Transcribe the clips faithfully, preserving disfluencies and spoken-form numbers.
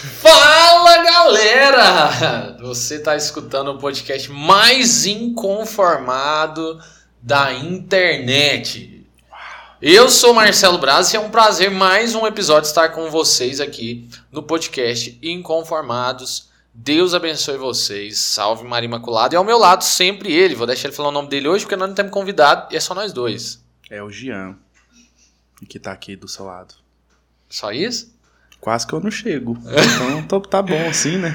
Fala, galera! Você está escutando o podcast mais inconformado da internet. Eu sou Marcelo Braz e é um prazer mais um episódio estar com vocês aqui no podcast Inconformados. Deus abençoe vocês. Salve Maria Imaculada. E ao meu lado sempre ele. Vou deixar ele falar o nome dele hoje porque nós não temos convidado e é só nós dois. É o Jean que tá aqui do seu lado. Só isso? Quase que eu não chego. Então tô, tá bom assim, né?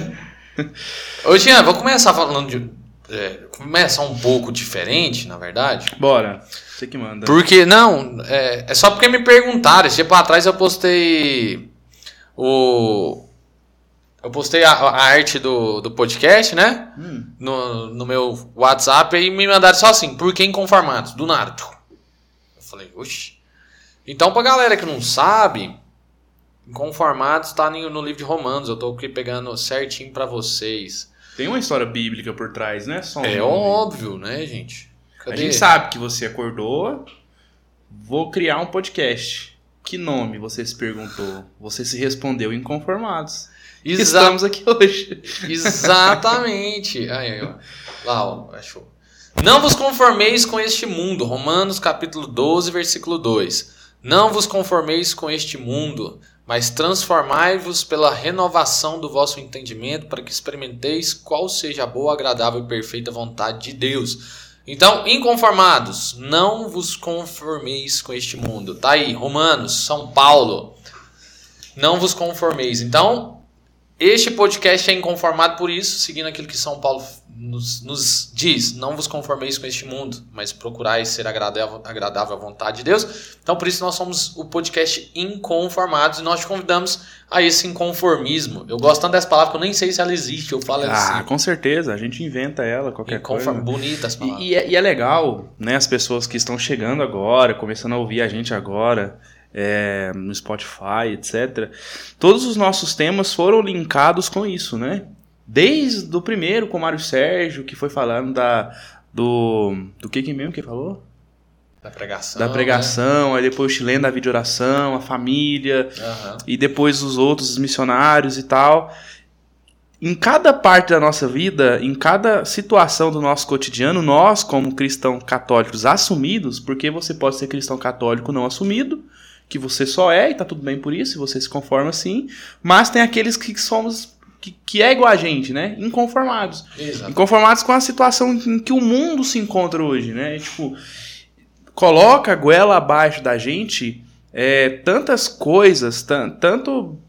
Ô Jean, vou começar falando de... É, começar um pouco diferente, na verdade. Bora. Você que manda. Porque, não, é, é só porque me perguntaram. Esse tempo atrás eu postei o... Eu postei a, a arte do, do podcast, né? Hum. No, no meu WhatsApp e me mandaram só assim, por que Inconformados? Do nada. Eu falei, oxi. Então, pra galera que não sabe... Inconformados tá no livro de Romanos. Eu tô aqui pegando certinho pra vocês. Tem uma história bíblica por trás, né? Só um é nome. Óbvio, né, gente? Cadê? A gente sabe que você acordou. Vou criar um podcast. Que nome você se perguntou? Você se respondeu Inconformados. Exa- Estamos aqui hoje. Exatamente. Aí, aí, ó. Lá, ó. Achou. Não vos conformeis com este mundo. Romanos capítulo doze, versículo dois. Não vos conformeis com este mundo, mas transformai-vos pela renovação do vosso entendimento, para que experimenteis qual seja a boa, agradável e perfeita vontade de Deus. Então, inconformados, não vos conformeis com este mundo. Tá aí, Romanos, São Paulo. Não vos conformeis. Então, este podcast é inconformado por isso, seguindo aquilo que São Paulo nos, nos diz. Não vos conformeis com este mundo, mas procurais ser agradável, agradável à vontade de Deus. Então, por isso, nós somos o podcast Inconformados e nós te convidamos a esse inconformismo. Eu gosto tanto dessa palavra que eu nem sei se ela existe. Eu falo ah, assim. Ah, com certeza. A gente inventa ela, qualquer Inconform... coisa. Bonita essa palavra. E, e, é, e é legal, né? As pessoas que estão chegando agora, começando a ouvir a gente agora... É, no Spotify, etcétera. Todos os nossos temas foram linkados com isso, né? Desde o primeiro com o Mário Sérgio, que foi falando da, do... Do que que mesmo que falou? Da pregação. Da pregação, né? Aí depois o chileno da videoração, a família, uhum. E depois os outros, os missionários e tal. Em cada parte da nossa vida, em cada situação do nosso cotidiano, nós, como cristãos católicos assumidos, porque você pode ser cristão católico não assumido, que você só é, e tá tudo bem por isso, e você se conforma assim, mas tem aqueles que somos, que, que é igual a gente, né? Inconformados. Exato. Inconformados com a situação em que o mundo se encontra hoje, né? Tipo, coloca a goela abaixo da gente é, tantas coisas, t- tanto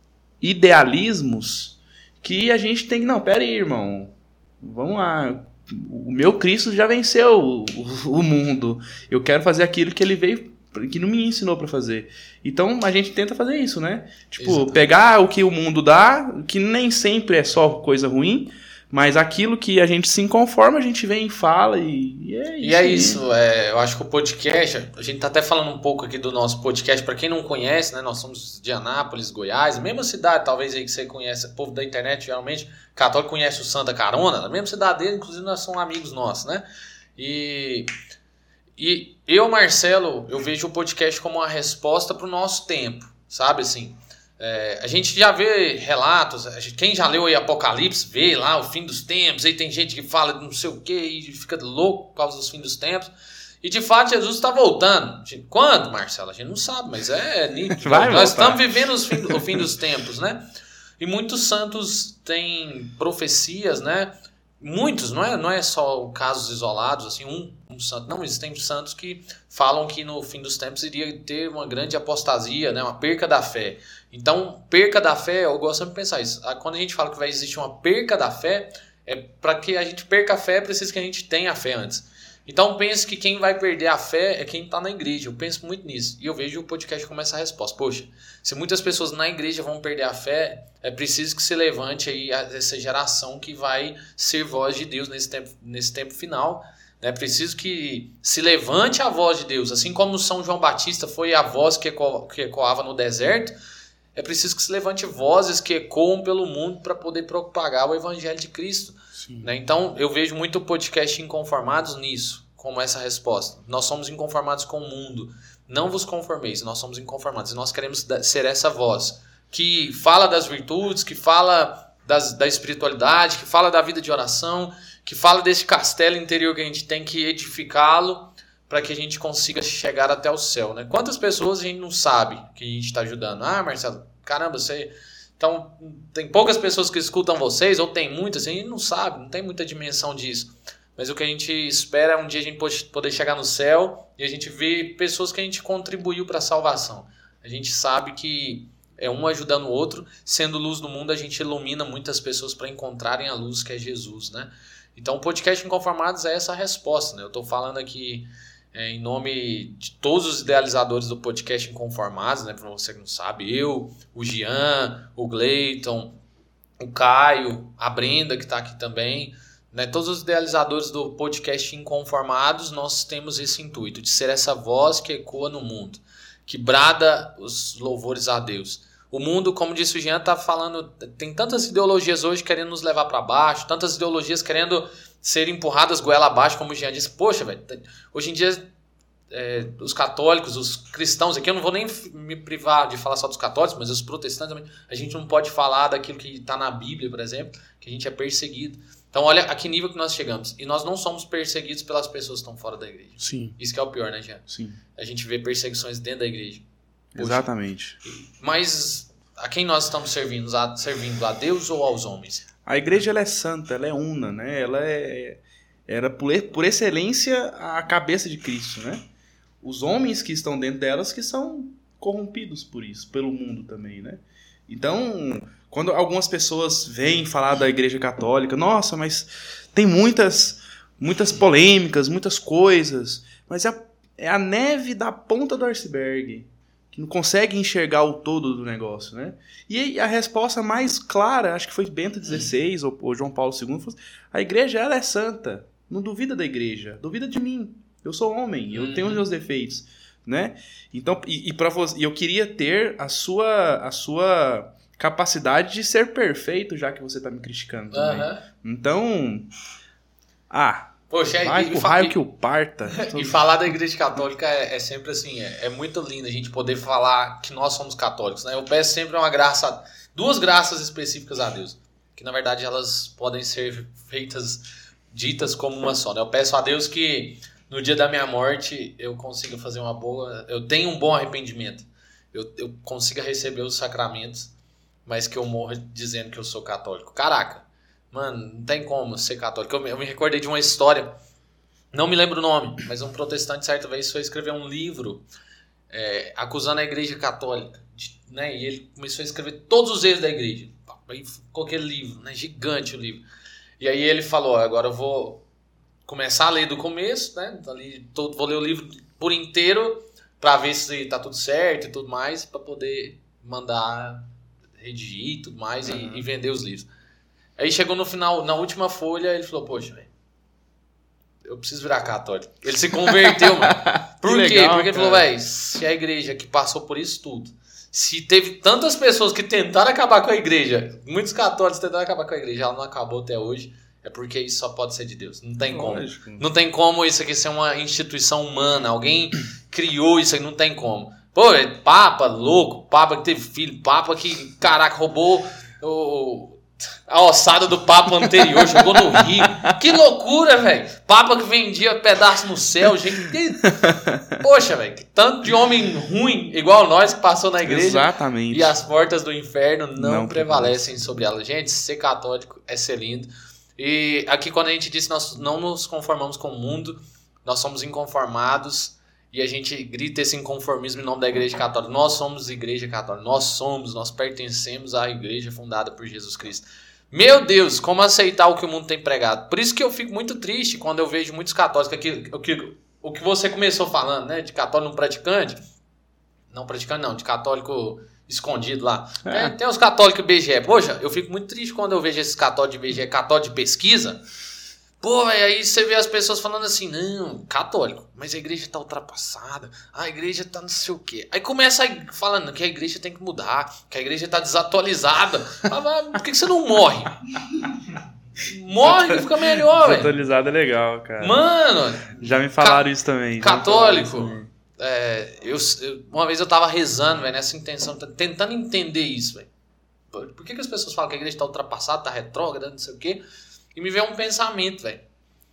idealismos, que a gente tem que, não, pera aí, irmão, vamos lá, o meu Cristo já venceu o, o, o mundo, eu quero fazer aquilo que ele veio, que não me ensinou pra fazer. Então a gente tenta fazer isso, né? Tipo, exatamente. Pegar o que o mundo dá, que nem sempre é só coisa ruim, mas aquilo que a gente se inconforma, a gente vem e fala e, e é isso. E é isso, é, eu acho que o podcast, a gente tá até falando um pouco aqui do nosso podcast, pra quem não conhece, né? Nós somos de Anápolis, Goiás, mesma cidade, talvez aí que você conhece, o povo da internet geralmente, católico conhece o Santa Carona, na mesma cidade dele, inclusive nós somos amigos nossos, né? E... E eu, Marcelo, eu vejo o podcast como uma resposta para o nosso tempo, sabe assim? É, a gente já vê relatos, gente, quem já leu aí Apocalipse, vê lá o fim dos tempos, aí tem gente que fala de não sei o que e fica louco por causa dos fins dos tempos. E de fato Jesus está voltando. Quando, Marcelo? A gente não sabe, mas é nítido. Nós voltar. Estamos vivendo os fim, o fim dos tempos, né? E muitos santos têm profecias, né? Muitos, não é, não é só casos isolados, assim, um, um santo. Não, existem santos que falam que no fim dos tempos iria ter uma grande apostasia, né, uma perca da fé. Então, perca da fé, eu gosto sempre de pensar isso. Quando a gente fala que vai existir uma perca da fé, é para que a gente perca a fé, é preciso que a gente tenha a fé antes. Então, penso que quem vai perder a fé é quem está na igreja. Eu penso muito nisso. E eu vejo o podcast como essa resposta. Poxa, se muitas pessoas na igreja vão perder a fé, é preciso que se levante aí essa geração que vai ser voz de Deus nesse tempo, nesse tempo final. É preciso que se levante a voz de Deus. Assim como São João Batista foi a voz que, eco, que ecoava no deserto, é preciso que se levante vozes que ecoam pelo mundo para poder propagar o evangelho de Cristo. Né? Então, eu vejo muito o podcast Inconformados nisso, como essa resposta. Nós somos inconformados com o mundo. Não vos conformeis, nós somos inconformados. E nós queremos ser essa voz que fala das virtudes, que fala das, da espiritualidade, que fala da vida de oração, que fala desse castelo interior que a gente tem que edificá-lo para que a gente consiga chegar até o céu, né? Quantas pessoas a gente não sabe que a gente está ajudando? Ah, Marcelo, caramba, você... Então, tem poucas pessoas que escutam vocês, ou tem muitas, a gente não sabe, não tem muita dimensão disso. Mas o que a gente espera é um dia a gente poder chegar no céu e a gente ver pessoas que a gente contribuiu para a salvação. A gente sabe que é um ajudando o outro, sendo luz no mundo, a gente ilumina muitas pessoas para encontrarem a luz que é Jesus, né? Então, o podcast Inconformados é essa a resposta, né? Eu estou falando aqui é, em nome de todos os idealizadores do podcast Inconformados, né? Para você que não sabe, eu, o Jean, o Gleiton, o Caio, a Brenda, que está aqui também, né? Todos os idealizadores do podcast Inconformados, nós temos esse intuito de ser essa voz que ecoa no mundo, que brada os louvores a Deus. O mundo, como disse o Jean, está falando... Tem tantas ideologias hoje querendo nos levar para baixo, tantas ideologias querendo ser empurradas goela abaixo, como o Jean disse. Poxa, velho, hoje em dia é, os católicos, os cristãos, aqui eu não vou nem me privar de falar só dos católicos, mas os protestantes também, a gente não pode falar daquilo que está na Bíblia, por exemplo, que a gente é perseguido. Então olha a que nível que nós chegamos. E nós não somos perseguidos pelas pessoas que estão fora da igreja. Sim. Isso que é o pior, né, Jean? Sim. A gente vê perseguições dentro da igreja. Poxa. Exatamente. Mas a quem nós estamos servindo? A, servindo a Deus ou aos homens? A igreja ela é santa, ela é una, né? Ela é, era por, por excelência a cabeça de Cristo, né? Os homens que estão dentro delas que são corrompidos por isso, pelo mundo também, né? Então, quando algumas pessoas vêm falar da igreja católica, nossa, mas tem muitas, muitas polêmicas, muitas coisas, mas é a, é a neve da ponta do iceberg, que não consegue enxergar o todo do negócio, né? E a resposta mais clara, acho que foi Bento dezesseis ou, ou João Paulo segundo, foi, a igreja ela é santa, não duvida da igreja, duvida de mim, eu sou homem, eu tenho os meus defeitos, né? Então, e, e, pra você, e eu queria ter a sua, a sua capacidade de ser perfeito, já que você está me criticando também. Uhum. Então, ah... Poxa, vai pro raio que o parta. E falar da igreja católica é, é sempre assim, é, é muito lindo a gente poder falar que nós somos católicos, né? Eu peço sempre uma graça, duas graças específicas a Deus, que na verdade elas podem ser feitas, ditas como uma só, né? Eu peço a Deus que no dia da minha morte eu consiga fazer uma boa, eu tenha um bom arrependimento, eu, eu consiga receber os sacramentos, mas que eu morra dizendo que eu sou católico. Caraca! Mano, não tem como ser católico. Eu me, eu me recordei de uma história, não me lembro o nome, mas um protestante certa vez foi escrever um livro é, acusando a igreja católica, de, né? E ele começou a escrever todos os erros da igreja. Aí ficou aquele livro, né? Gigante o livro. E aí ele falou, agora eu vou começar a ler do começo, né? Ali, todo, vou ler o livro por inteiro para ver se tá tudo certo e tudo mais, para poder mandar redigir e tudo mais uhum. e, e vender os livros. Aí chegou no final, na última folha, ele falou, poxa, velho, eu preciso virar católico. Ele se converteu, mano. Por quê? Legal, porque ele falou, velho, se a igreja que passou por isso tudo, se teve tantas pessoas que tentaram acabar com a igreja, muitos católicos tentaram acabar com a igreja, ela não acabou até hoje, é porque isso só pode ser de Deus. Não tem como. Lógico. Não tem como isso aqui ser uma instituição humana. Alguém criou isso aí, não tem como. Pô, é papa louco, papa que teve filho, papa que, caraca, roubou o... a ossada do Papa anterior, jogou no rio. Que loucura, velho. Papa que vendia pedaço no céu, gente. Que... Poxa, velho. Tanto de homem ruim, igual nós, que passou na igreja. Exatamente. E as portas do inferno não, não prevalecem sobre ela. Gente, ser católico é ser lindo. E aqui quando a gente diz que nós não nos conformamos com o mundo, nós somos inconformados. E a gente grita esse inconformismo em nome da igreja católica. Nós somos igreja católica. Nós somos, nós pertencemos à igreja fundada por Jesus Cristo. Meu Deus, como aceitar o que o mundo tem pregado? Por isso que eu fico muito triste quando eu vejo muitos católicos. Aqui, o, que, o que você começou falando, né? De católico não praticante. Não praticante não, de católico escondido lá. É. Tem, tem os católicos B G E. Poxa, eu fico muito triste quando eu vejo esses católicos de B G E, católicos de pesquisa. Pô, véio, aí você vê as pessoas falando assim, não, católico, mas a igreja tá ultrapassada, a igreja tá não sei o quê. Aí começa aí falando que a igreja tem que mudar, que a igreja tá desatualizada. Mas por que, que você não morre? Morre que fica melhor, velho. Desatualizado é legal, cara. Mano. Já me falaram ca- isso também. Católico. É, eu, eu, uma vez eu tava rezando, velho, nessa intenção, tentando entender isso, velho. Por que, que as pessoas falam que a igreja tá ultrapassada, tá retrógrada, não sei o quê? E me veio um pensamento, velho.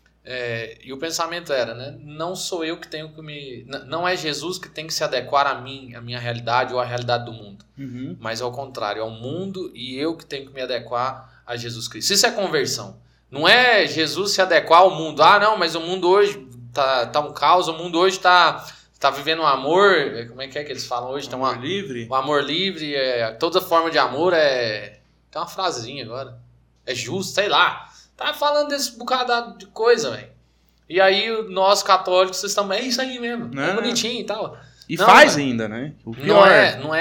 É, e o pensamento era, né? Não sou eu que tenho que me... Não é Jesus que tem que se adequar a mim, a minha realidade ou a realidade do mundo. Uhum. Mas ao contrário, é o mundo e eu que tenho que me adequar a Jesus Cristo. Isso é conversão. Não é Jesus se adequar ao mundo. Ah, não, mas o mundo hoje tá, tá um caos, o mundo hoje tá... Tá vivendo um amor, como é que é que eles falam hoje? Um Tem amor uma, livre? Um amor livre, é, toda forma de amor é... Tem uma frasezinha agora. É justo, sei lá. Tá falando desse bocado de coisa, velho. E aí nós católicos estamos... É isso aí mesmo, não, é bonitinho e tal. E não, faz véio, ainda, né? O pior. Não é, não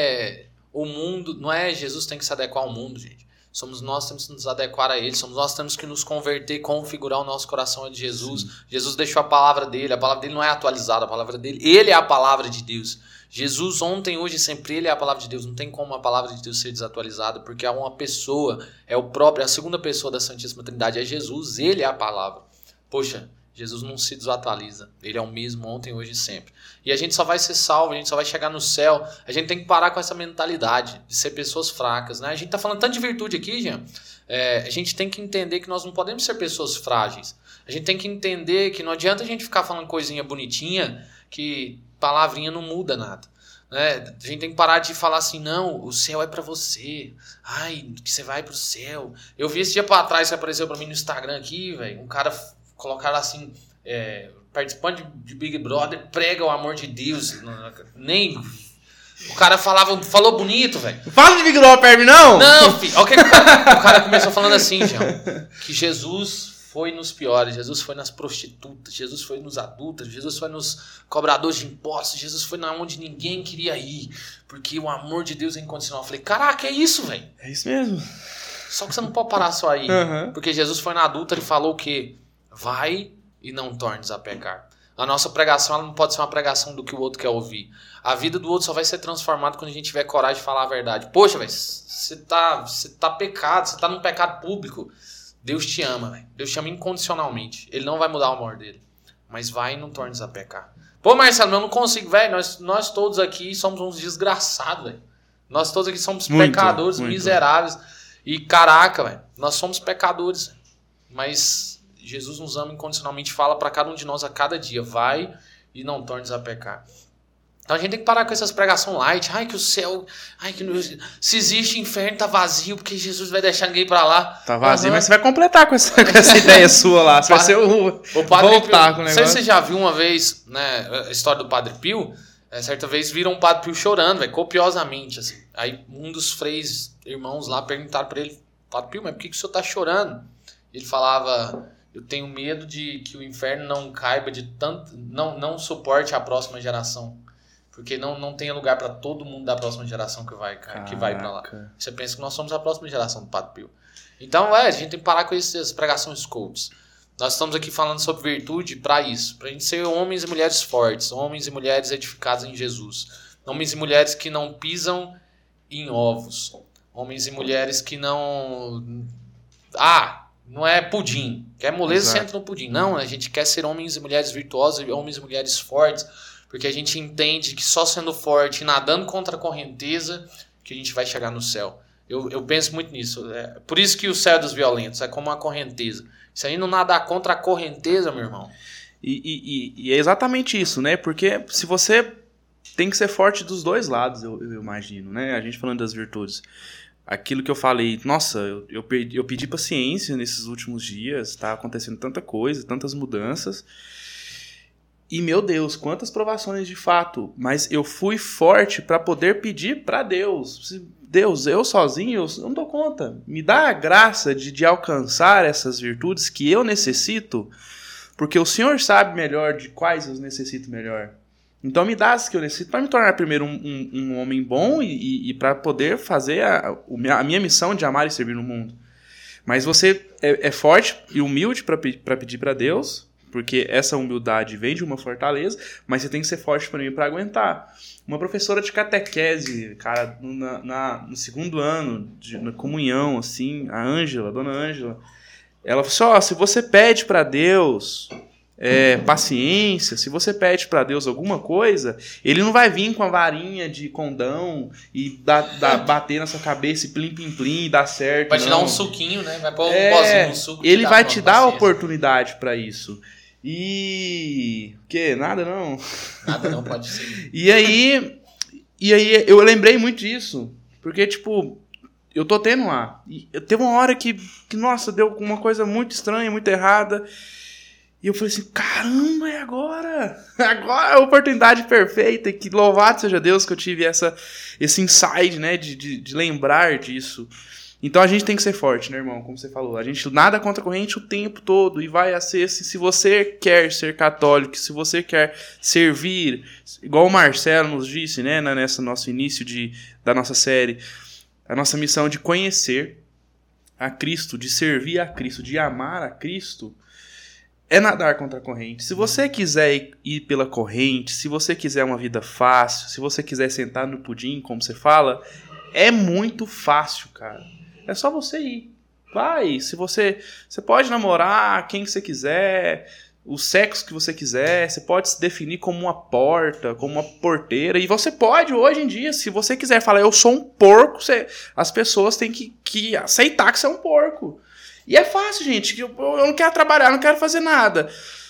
é o mundo, não é Jesus tem que se adequar ao mundo, gente. Somos nós que temos que nos adequar a ele, somos nós que temos que nos converter, configurar o nosso coração a de Jesus. Sim. Jesus deixou a palavra dele, a palavra dele não é atualizada, a palavra dele, ele é a palavra de Deus. Jesus ontem, hoje e sempre, ele é a palavra de Deus. Não tem como a palavra de Deus ser desatualizada, porque é uma pessoa, é o próprio, é a segunda pessoa da Santíssima Trindade, é Jesus, ele é a palavra. Poxa, Jesus não se desatualiza, ele é o mesmo ontem, hoje e sempre. E a gente só vai ser salvo, a gente só vai chegar no céu, a gente tem que parar com essa mentalidade de ser pessoas fracas, né? A gente tá falando tanto de virtude aqui, Jean, é, a gente tem que entender que nós não podemos ser pessoas frágeis. A gente tem que entender que não adianta a gente ficar falando coisinha bonitinha, que palavrinha não muda nada. Né? A gente tem que parar de falar assim, não, o céu é pra você, ai, que você vai pro céu. Eu vi esse dia pra trás que apareceu pra mim no Instagram aqui, velho, um cara... Colocaram assim, é, participante de Big Brother prega o amor de Deus. Nem. O cara falava, falou bonito, velho. Fala de Big Brother pra mim, não! Não, filho. Olha o que o cara, o cara começou falando assim, João. Que Jesus foi nos piores, Jesus foi nas prostitutas, Jesus foi nos adultos, Jesus foi nos cobradores de impostos, Jesus foi na onde ninguém queria ir. Porque o amor de Deus é incondicional. Eu falei, caraca, é isso, velho. É isso mesmo. Só que você não pode parar só aí. Uhum. Porque Jesus foi na adulta e falou o quê? Vai e não tornes a pecar. A nossa pregação ela não pode ser uma pregação do que o outro quer ouvir. A vida do outro só vai ser transformada quando a gente tiver coragem de falar a verdade. Poxa, velho, você tá, você tá pecado, você tá num pecado público. Deus te ama, velho. Deus te ama incondicionalmente. Ele não vai mudar o amor dele. Mas vai e não tornes a pecar. Pô, Marcelo, eu não consigo, velho. Nós, nós todos aqui somos uns desgraçados, velho. Nós todos aqui somos muito, pecadores muito. miseráveis. E caraca, velho, nós somos pecadores. Mas... Jesus nos ama incondicionalmente, fala para cada um de nós a cada dia, vai e não tornes a pecar. Então a gente tem que parar com essas pregações light, ai que o céu, ai que no, se existe inferno tá vazio, porque Jesus vai deixar ninguém para lá. Tá vazio, uhum. Mas você vai completar com essa, com essa ideia sua lá, você vai ser o, o Padre voltar Pio, com o negócio. Não sei se você já viu uma vez, né, a história do Padre Pio, é, certa vez viram um Padre Pio chorando, véio, copiosamente, assim. Aí um dos freis, irmãos lá, perguntaram para ele, Padre Pio, mas por que, que o senhor tá chorando? Ele falava... Eu tenho medo de que o inferno não caiba de tanto, não, não suporte a próxima geração, porque não, não tenha lugar para todo mundo da próxima geração que vai, que vai para lá. Você pensa que nós somos a próxima geração do Padre Pio. Então, é, a gente tem que parar com essas pregações coaches. Nós estamos aqui falando sobre virtude para isso, para a gente ser homens e mulheres fortes, homens e mulheres edificados em Jesus, homens e mulheres que não pisam em ovos, homens e mulheres que não... Ah... Não é pudim. Quer moleza, você entra no pudim. Não, a gente quer ser homens e mulheres virtuosos, homens e mulheres fortes, porque a gente entende que só sendo forte e nadando contra a correnteza que a gente vai chegar no céu. Eu, eu penso muito nisso. É por isso que o céu é dos violentos é como uma correnteza. Isso aí não nadar contra a correnteza, meu irmão. E, e, e é exatamente isso, né? Porque se você tem que ser forte dos dois lados, eu, eu imagino, né? A gente falando das virtudes. Aquilo que eu falei, nossa, eu, eu, pedi, eu pedi paciência nesses últimos dias, tá acontecendo tanta coisa, tantas mudanças. E, meu Deus, quantas provações de fato. Mas eu fui forte para poder pedir para Deus. Deus, eu sozinho, eu não dou conta. Me dá a graça de, de alcançar essas virtudes que eu necessito, porque o Senhor sabe melhor de quais eu necessito melhor. Então me dá as que eu necessito para me tornar primeiro um, um, um homem bom e, e, e para poder fazer a, a minha missão de amar e servir no mundo. Mas você é, é forte e humilde para pedir para Deus, porque essa humildade vem de uma fortaleza, mas você tem que ser forte para mim para aguentar. Uma professora de catequese, cara, na, na, no segundo ano, de, na comunhão, assim, a Ângela, a dona Ângela, ela falou assim, ó, se você pede para Deus... é, paciência, se você pede para Deus alguma coisa, ele não vai vir com a varinha de condão e dar, dar, bater na sua cabeça e plim, plim, plim, e dar certo. Vai te não. dar um suquinho, né? Vai pôr um é, pozinho no suco. Ele vai te dar a paciência. oportunidade para isso. E... que? Nada não? Nada não, pode ser. E aí, e aí eu lembrei muito disso, porque, tipo... eu tô tendo lá. E teve uma hora que, que, nossa, deu uma coisa muito estranha, muito errada. E eu falei assim, caramba, é agora! Agora é a oportunidade perfeita. E que louvado seja Deus que eu tive essa, esse insight, né, de, de, de lembrar disso. Então a gente tem que ser forte, né, irmão? Como você falou. A gente nada contra a corrente o tempo todo. E vai a ser, se, se você quer ser católico, se você quer servir, igual o Marcelo nos disse, né, nesse nosso início de, da nossa série, a nossa missão de conhecer a Cristo, de servir a Cristo, de amar a Cristo, é nadar contra a corrente. Se você quiser ir pela corrente, se você quiser uma vida fácil, se você quiser sentar no pudim, como você fala, é muito fácil, cara. É só você ir. Vai. Se você, você pode namorar quem você quiser, o sexo que você quiser, você pode se definir como uma porta, como uma porteira, e você pode, hoje em dia, se você quiser falar, eu sou um porco, você, as pessoas têm que, que aceitar que você é um porco. E é fácil, gente, eu, eu não quero trabalhar, eu não quero fazer nada.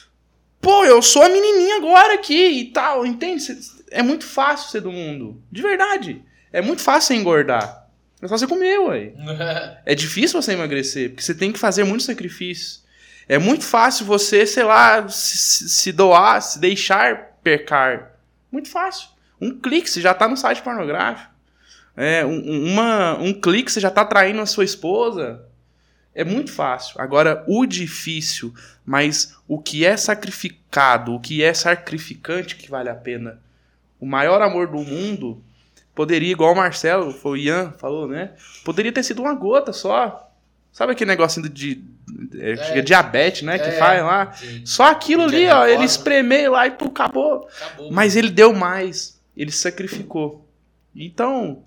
Pô, eu sou a menininha agora aqui e tal, entende? É muito fácil ser do mundo, de verdade. É muito fácil você engordar. É só você comer, ué. É difícil você emagrecer, porque você tem que fazer muito sacrifício. É muito fácil você, sei lá, se, se doar, se deixar pecar. Muito fácil. Um clique, você já tá no site pornográfico. É, um, uma, um clique, você já tá traindo a sua esposa. É muito fácil. Agora, o difícil, mas o que é sacrificado, o que é sacrificante que vale a pena. O maior amor do mundo poderia, igual o Marcelo, foi o Ian falou, né? Poderia ter sido uma gota só. Sabe aquele negocinho de... É, é, diabetes, né? É, que faz lá. Sim. Só aquilo ali, ó. Ele espremeu lá e pô, acabou. acabou. Mas ele deu mais. Ele sacrificou. Então...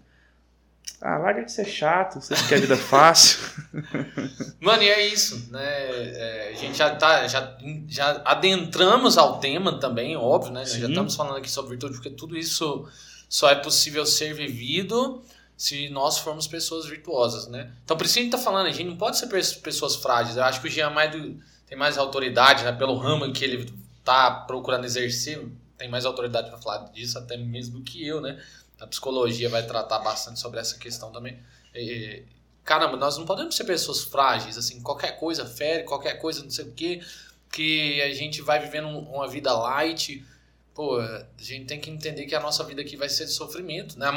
ah, larga de ser chato. Você quer vida fácil. Mano, e é isso, né? É, a gente já, tá, já, já adentramos ao tema também, óbvio, né? Nós já estamos falando aqui sobre virtude, porque tudo isso só é possível ser vivido se nós formos pessoas virtuosas, né? Então, por isso a gente tá falando, a gente não pode ser pessoas frágeis. Eu acho que o Jean mais do, tem mais autoridade, né? Pelo ramo em que ele tá procurando exercer, tem mais autoridade para falar disso até mesmo do que eu, né? A psicologia vai tratar bastante sobre essa questão também. E, caramba, nós não podemos ser pessoas frágeis, assim, qualquer coisa fere, qualquer coisa não sei o quê, que a gente vai vivendo uma vida light. Pô, a gente tem que entender que a nossa vida aqui vai ser de sofrimento, né?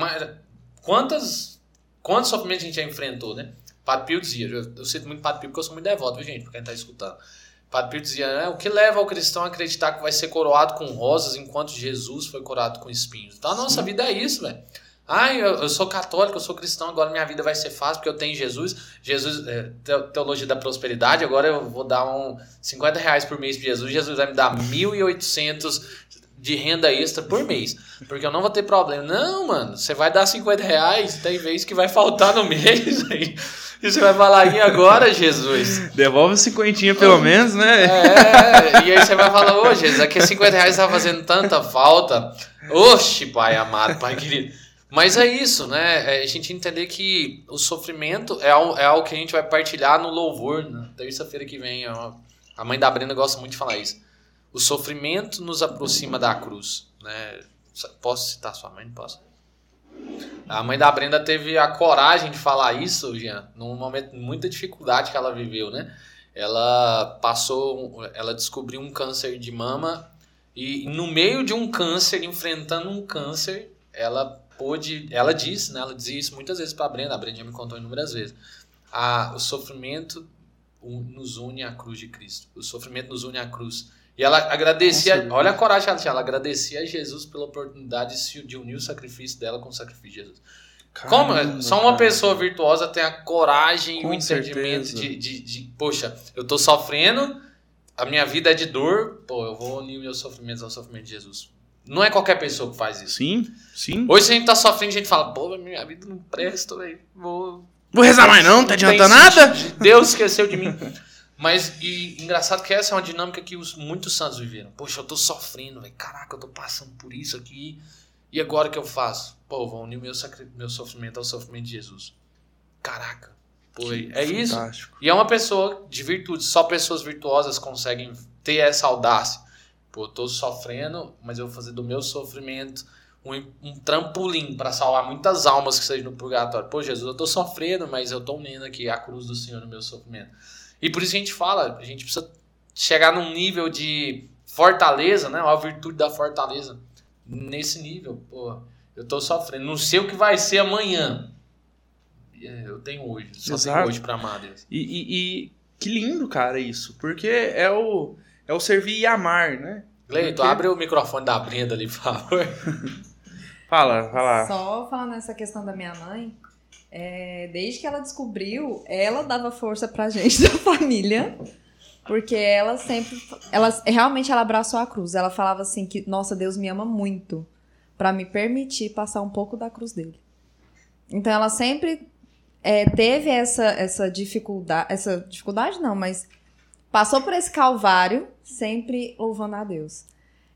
Quantas, quantos sofrimentos a gente já enfrentou, né? Padre Pio dizia, eu, eu cito muito Padre Pio porque eu sou muito devoto, viu, gente? Pra quem tá escutando. Padre Pio dizia, né? O que leva o cristão a acreditar que vai ser coroado com rosas enquanto Jesus foi coroado com espinhos? Então a nossa Sim. vida é isso, velho. Ah, eu, eu sou católico, eu sou cristão, agora minha vida vai ser fácil porque eu tenho Jesus. Jesus, é, teologia da prosperidade, agora eu vou dar um cinquenta reais por mês para Jesus. Jesus vai me dar mil e oitocentos de renda extra por mês, porque eu não vou ter problema. Não, mano, você vai dar cinquenta reais, tem vez que vai faltar no mês aí. E você vai falar, e agora, Jesus? Devolve cinquentinha pelo menos, né? É, e aí você vai falar, ô Jesus, aqui cinquenta reais tá fazendo tanta falta. Oxe, pai amado, pai querido. Mas é isso, né? É a gente entender que o sofrimento é algo, é algo que a gente vai partilhar no louvor, na terça-feira que vem. A mãe da Brenda gosta muito de falar isso. O sofrimento nos aproxima da cruz, né? Posso citar sua mãe? Posso? A mãe da Brenda teve a coragem de falar isso, Jean, num momento de muita dificuldade que ela viveu, né? Ela passou, ela descobriu um câncer de mama e no meio de um câncer, enfrentando um câncer, ela pôde, ela disse, né? Ela dizia isso muitas vezes para a Brenda, a Brenda já me contou inúmeras vezes. Ah, o sofrimento nos une à cruz de Cristo. O sofrimento nos une à cruz. E ela agradecia, Nossa, olha a coragem que ela tinha, ela agradecia a Jesus pela oportunidade de unir o sacrifício dela com o sacrifício de Jesus. Caramba, Como? Só uma cara. pessoa virtuosa tem a coragem e o entendimento de, de, de, poxa, eu tô sofrendo, a minha vida é de dor, pô, eu vou unir meus sofrimentos ao sofrimento de Jesus. Não é qualquer pessoa que faz isso. Sim, sim. Hoje se a gente tá sofrendo, a gente fala, pô, minha vida não presta, velho, vou... Vou rezar mais não, não tá adiantando nada? Deus esqueceu de mim. Mas, e engraçado que essa é uma dinâmica que os, muitos santos viveram. Poxa, eu tô sofrendo, velho. Caraca, eu tô passando por isso aqui. E agora o que eu faço? Pô, vou unir meu, meu sofrimento ao sofrimento de Jesus. Caraca. Pô, é fantástico. Isso. E é uma pessoa de virtude. Só pessoas virtuosas conseguem ter essa audácia. Pô, eu tô sofrendo, mas eu vou fazer do meu sofrimento um, um trampolim para salvar muitas almas que sejam no purgatório. Pô, Jesus, eu tô sofrendo, mas eu tô unindo aqui a cruz do Senhor no meu sofrimento. E por isso a gente fala, a gente precisa chegar num nível de fortaleza, né? A virtude da fortaleza. Nesse nível, pô, eu tô sofrendo. Não sei o que vai ser amanhã. Eu tenho hoje. Só Exato. tenho hoje pra amar Deus. E, e, e que lindo, cara, isso. Porque é o, é o servir e amar, né? Gleito, porque... abre o microfone da Brenda ali, por favor. Fala, fala. Só falando nessa questão da minha mãe, é, desde que ela descobriu, ela dava força pra gente da família, porque ela sempre, ela realmente ela abraçou a cruz. Ela falava assim que, nossa, Deus me ama muito pra me permitir passar um pouco da cruz dele. Então ela sempre é, teve essa, essa dificuldade, essa dificuldade não, mas passou por esse calvário sempre louvando a Deus.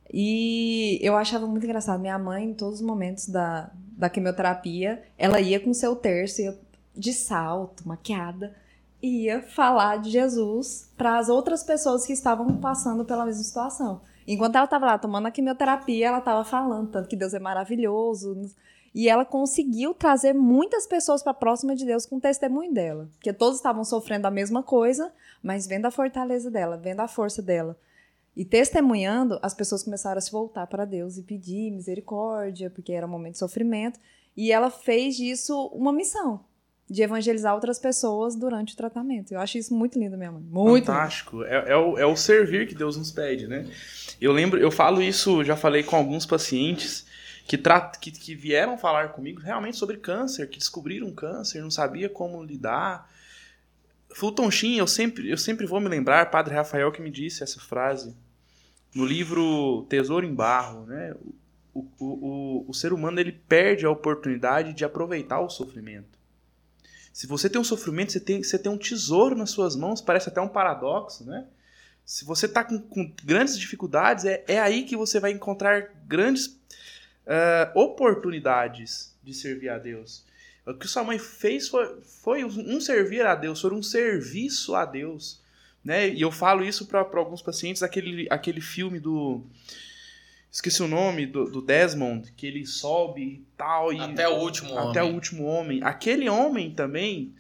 E eu achava muito engraçado. Minha mãe, em todos os momentos da, da quimioterapia, ela ia com seu terço, ia de salto, maquiada, e ia falar de Jesus para as outras pessoas que estavam passando pela mesma situação. Enquanto ela estava lá tomando a quimioterapia, ela estava falando tanto que Deus é maravilhoso. E ela conseguiu trazer muitas pessoas para próxima de Deus com o testemunho dela. Porque todos estavam sofrendo a mesma coisa, mas vendo a fortaleza dela, vendo a força dela. E testemunhando, as pessoas começaram a se voltar para Deus e pedir misericórdia, porque era um momento de sofrimento. E ela fez disso uma missão, de evangelizar outras pessoas durante o tratamento. Eu acho isso muito lindo, minha mãe. Muito Fantástico. É, é, o, é o servir que Deus nos pede, né? Eu lembro, eu falo isso, já falei com alguns pacientes que, tra- que, que vieram falar comigo realmente sobre câncer, que descobriram câncer, não sabia como lidar. Fulton Sheen, eu sempre, eu sempre vou me lembrar, Padre Rafael que me disse essa frase, no livro Tesouro em Barro, né? O, o, o, o ser humano ele perde a oportunidade de aproveitar o sofrimento. Se você tem um sofrimento, você tem, você tem um tesouro nas suas mãos, parece até um paradoxo, né? Se você está com, com grandes dificuldades, é, é aí que você vai encontrar grandes uh, oportunidades de servir a Deus. O que sua mãe fez foi, foi um servir a Deus, foi um serviço a Deus. Né? E eu falo isso para alguns pacientes, aquele, aquele filme do... Esqueci o nome, do, do Desmond, que ele sobe e tal. E, até o último até homem. Até o último homem. Aquele homem também,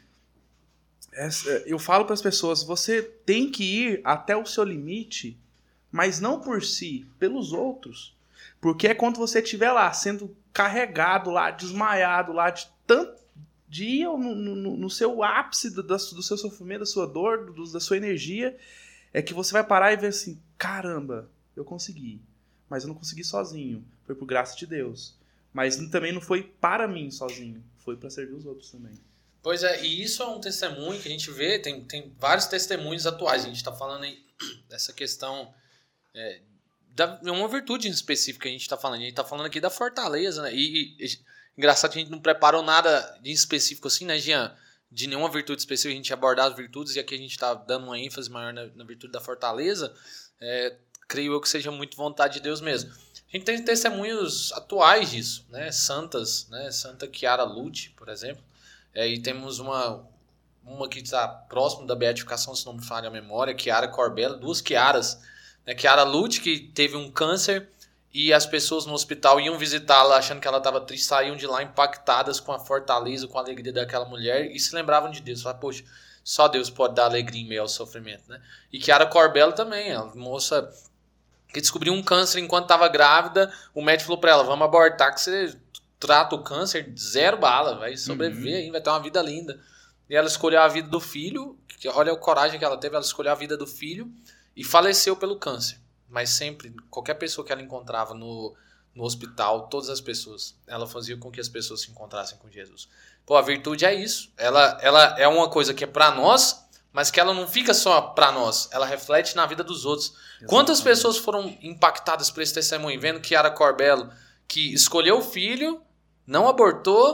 eu falo para as pessoas, você tem que ir até o seu limite, mas não por si, pelos outros. Porque é quando você estiver lá, sendo carregado lá, desmaiado lá, de tanto de ir no, no, no seu ápice do, do seu sofrimento, da sua dor, do, da sua energia, é que você vai parar e ver assim, caramba, eu consegui. Mas eu não consegui sozinho. Foi por graça de Deus. Mas também não foi para mim sozinho. Foi para servir os outros também. Pois é, e isso é um testemunho que a gente vê, tem, tem vários testemunhos atuais. A gente está falando aí dessa questão, é, da, uma virtude em específico que a gente está falando. A gente está falando aqui da fortaleza, né? E, e engraçado que a gente não preparou nada de específico assim, né, Jean? De nenhuma virtude específica, a gente abordar as virtudes, e aqui a gente está dando uma ênfase maior na, na virtude da fortaleza. É, creio eu que seja muito vontade de Deus mesmo. A gente tem testemunhos atuais disso, né? Santas, né? Santa Chiara Lute, por exemplo. É, e temos uma, uma que está próximo da beatificação, se não me falha a memória, Chiara Corbella, duas Chiaras. Né? Chiara Lute, que teve um câncer, e as pessoas no hospital iam visitá-la achando que ela estava triste, saíam de lá impactadas com a fortaleza, com a alegria daquela mulher, e se lembravam de Deus. Falaram, poxa, só Deus pode dar alegria em meio ao sofrimento. Né? E Chiara Corbella também, a moça que descobriu um câncer enquanto estava grávida, o médico falou para ela, vamos abortar que você trata o câncer, zero bala, vai sobreviver, uhum. aí, vai ter uma vida linda. E ela escolheu a vida do filho, que, olha a coragem que ela teve, ela escolheu a vida do filho e faleceu pelo câncer. Mas sempre, qualquer pessoa que ela encontrava no, no hospital, todas as pessoas, ela fazia com que as pessoas se encontrassem com Jesus. Pô, a virtude é isso, ela, ela é uma coisa que é para nós, mas que ela não fica só para nós, ela reflete na vida dos outros. Exatamente. Quantas pessoas foram impactadas por esse testemunho, vendo Chiara Corbella, que escolheu o filho, não abortou,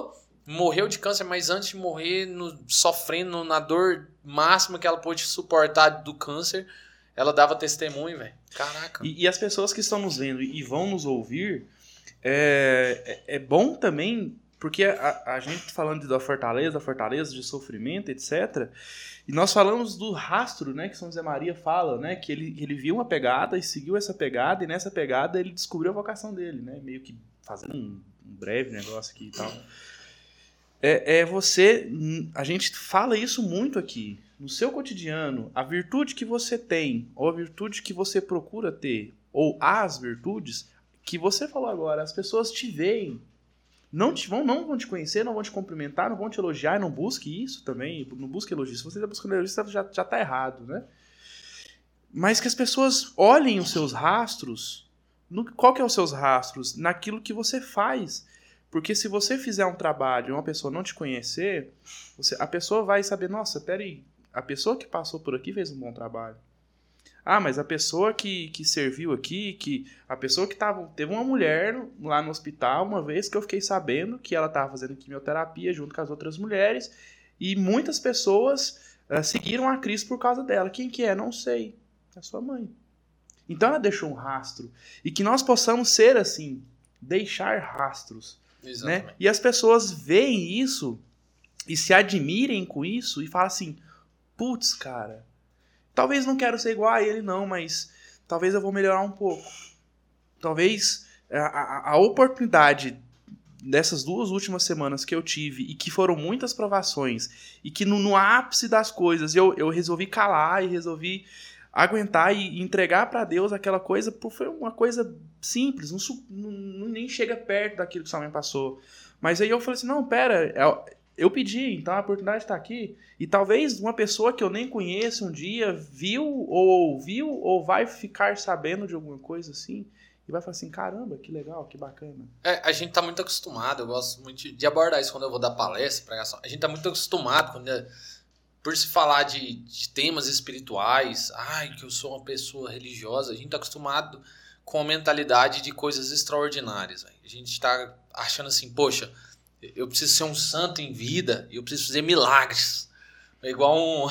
morreu de câncer, mas antes de morrer, no, sofrendo na dor máxima que ela pôde suportar do câncer, ela dava testemunho, velho. Caraca. E, e as pessoas que estão nos vendo e vão nos ouvir, é, é, é bom também, porque a, a gente falando da fortaleza, da fortaleza de sofrimento, etcétera, e nós falamos do rastro, né, que São José Maria fala, né, que ele, ele viu uma pegada e seguiu essa pegada, e nessa pegada ele descobriu a vocação dele, né, meio que fazendo um, um breve negócio aqui e tal. É, é você, a gente fala isso muito aqui, no seu cotidiano, a virtude que você tem, ou a virtude que você procura ter, ou as virtudes que você falou agora, as pessoas te veem, não, te vão, não vão te conhecer, não vão te cumprimentar, não vão te elogiar, não busque isso também, não busque elogio. Se você está buscando elogio, já, já tá errado, né? Mas que as pessoas olhem os seus rastros, no, qual que é os seus rastros? Naquilo que você faz. Porque se você fizer um trabalho e uma pessoa não te conhecer, você, a pessoa vai saber, nossa, peraí, a pessoa que passou por aqui fez um bom trabalho. Ah, mas a pessoa que, que serviu aqui, que a pessoa que tava... Teve uma mulher lá no hospital uma vez que eu fiquei sabendo que ela estava fazendo quimioterapia junto com as outras mulheres e muitas pessoas uh, seguiram a Cristo por causa dela. Quem que é? Não sei. É a sua mãe. Então ela deixou um rastro. E que nós possamos ser assim, deixar rastros. Né? E as pessoas veem isso e se admirem com isso e falam assim, putz, cara, talvez não quero ser igual a ele não, mas talvez eu vou melhorar um pouco. Talvez a, a, a oportunidade dessas duas últimas semanas que eu tive e que foram muitas provações e que no, no ápice das coisas eu, eu resolvi calar e resolvi aguentar e entregar para Deus aquela coisa, foi uma coisa simples, não, não, nem chega perto daquilo que sua mãe passou. Mas aí eu falei assim, não, pera, eu, eu pedi, então a oportunidade está aqui. E talvez uma pessoa que eu nem conheço um dia viu ou ouviu ou vai ficar sabendo de alguma coisa assim e vai falar assim, caramba, que legal, que bacana. É, a gente tá muito acostumado, eu gosto muito de abordar isso quando eu vou dar palestra, pregação. A gente tá muito acostumado quando... É... Por se falar de, de temas espirituais, ai, que eu sou uma pessoa religiosa, a gente tá acostumado com a mentalidade de coisas extraordinárias. Véio. A gente tá achando assim, poxa, eu preciso ser um santo em vida, eu preciso fazer milagres. É igual um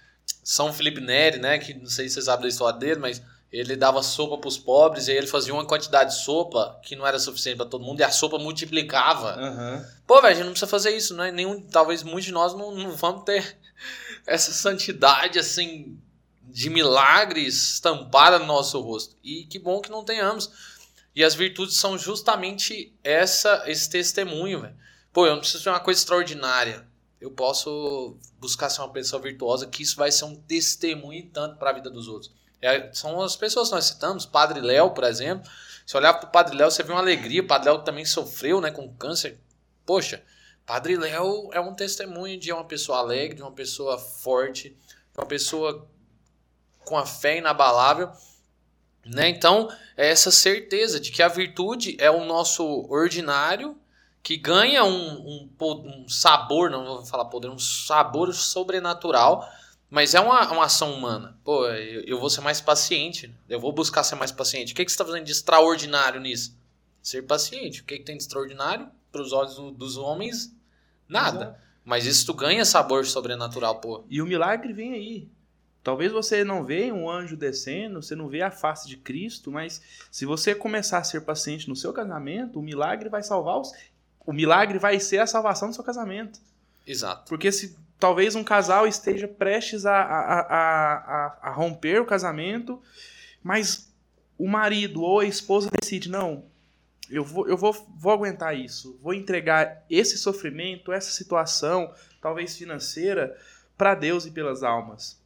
São Felipe Neri, né, que não sei se você sabe da história dele, mas ele dava sopa pros pobres e aí ele fazia uma quantidade de sopa que não era suficiente para todo mundo e a sopa multiplicava. Uhum. Pô, velho, a gente não precisa fazer isso, né? Nenhum, talvez muitos de nós não, não vamos ter essa santidade, assim, de milagres estampada no nosso rosto. E que bom que não tenhamos. E as virtudes são justamente essa, esse testemunho, velho. Pô, eu não preciso de uma coisa extraordinária. Eu posso buscar ser uma pessoa virtuosa, que isso vai ser um testemunho tanto para a vida dos outros. É, são as pessoas que nós citamos, Padre Léo, por exemplo. Se olhar para o Padre Léo, você vê uma alegria. O Padre Léo também sofreu, né, com câncer. Poxa, Padre Léo é um testemunho de uma pessoa alegre, de uma pessoa forte, de uma pessoa com a fé inabalável. Né? Então, é essa certeza de que a virtude é o nosso ordinário, que ganha um, um, um sabor, não vou falar poder, um sabor sobrenatural, mas é uma, uma ação humana. Pô, eu, eu vou ser mais paciente, eu vou buscar ser mais paciente. O que, que você está fazendo de extraordinário nisso? Ser paciente. O que, que tem de extraordinário? Para os olhos do, dos homens, nada. Exato. Mas isso tu ganha sabor sobrenatural, pô. E o milagre vem aí. Talvez você não vê um anjo descendo, você não vê a face de Cristo, mas se você começar a ser paciente no seu casamento, o milagre vai salvar os... O milagre vai ser a salvação do seu casamento. Exato. Porque se talvez um casal esteja prestes a, a, a, a, a romper o casamento, mas o marido ou a esposa decide, não, eu vou, eu vou, vou aguentar isso, vou entregar esse sofrimento, essa situação, talvez financeira, para Deus e pelas almas.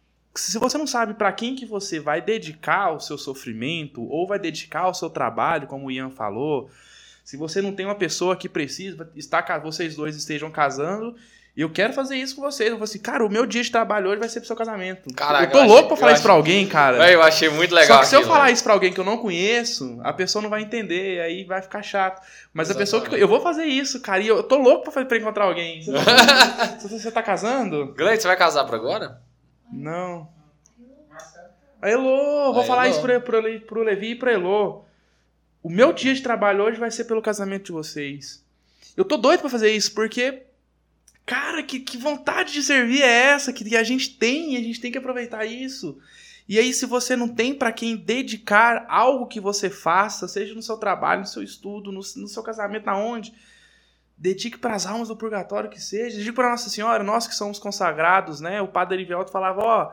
Se você não sabe para quem que você vai dedicar o seu sofrimento, ou vai dedicar o seu trabalho, como o Ian falou, se você não tem uma pessoa que precisa, está, vocês dois estejam casando, eu quero fazer isso com vocês. Eu vou assim, cara, o meu dia de trabalho hoje vai ser pro seu casamento. Caraca, eu tô eu louco achei, pra falar isso pra alguém, cara. Eu achei muito legal. Só que se aquilo, eu falar né? isso pra alguém que eu não conheço, a pessoa não vai entender, aí vai ficar chato. Mas Exatamente. A pessoa que... Eu vou fazer isso, cara, e eu tô louco pra, pra encontrar alguém. Você tá, você tá casando? Gleide, você vai casar por agora? Não. A Elô, vou a falar Elô. isso pro, pro, pro Levi e pro Elô. O meu dia de trabalho hoje vai ser pelo casamento de vocês. Eu tô doido pra fazer isso, porque... Cara, que, que vontade de servir é essa que a gente tem e a gente tem que aproveitar isso. E aí, se você não tem pra quem dedicar algo que você faça, seja no seu trabalho, no seu estudo, no, no seu casamento, na onde, dedique pras almas do purgatório que seja. Dedique pra Nossa Senhora, nós que somos consagrados, né? O padre Erivelto falava, ó,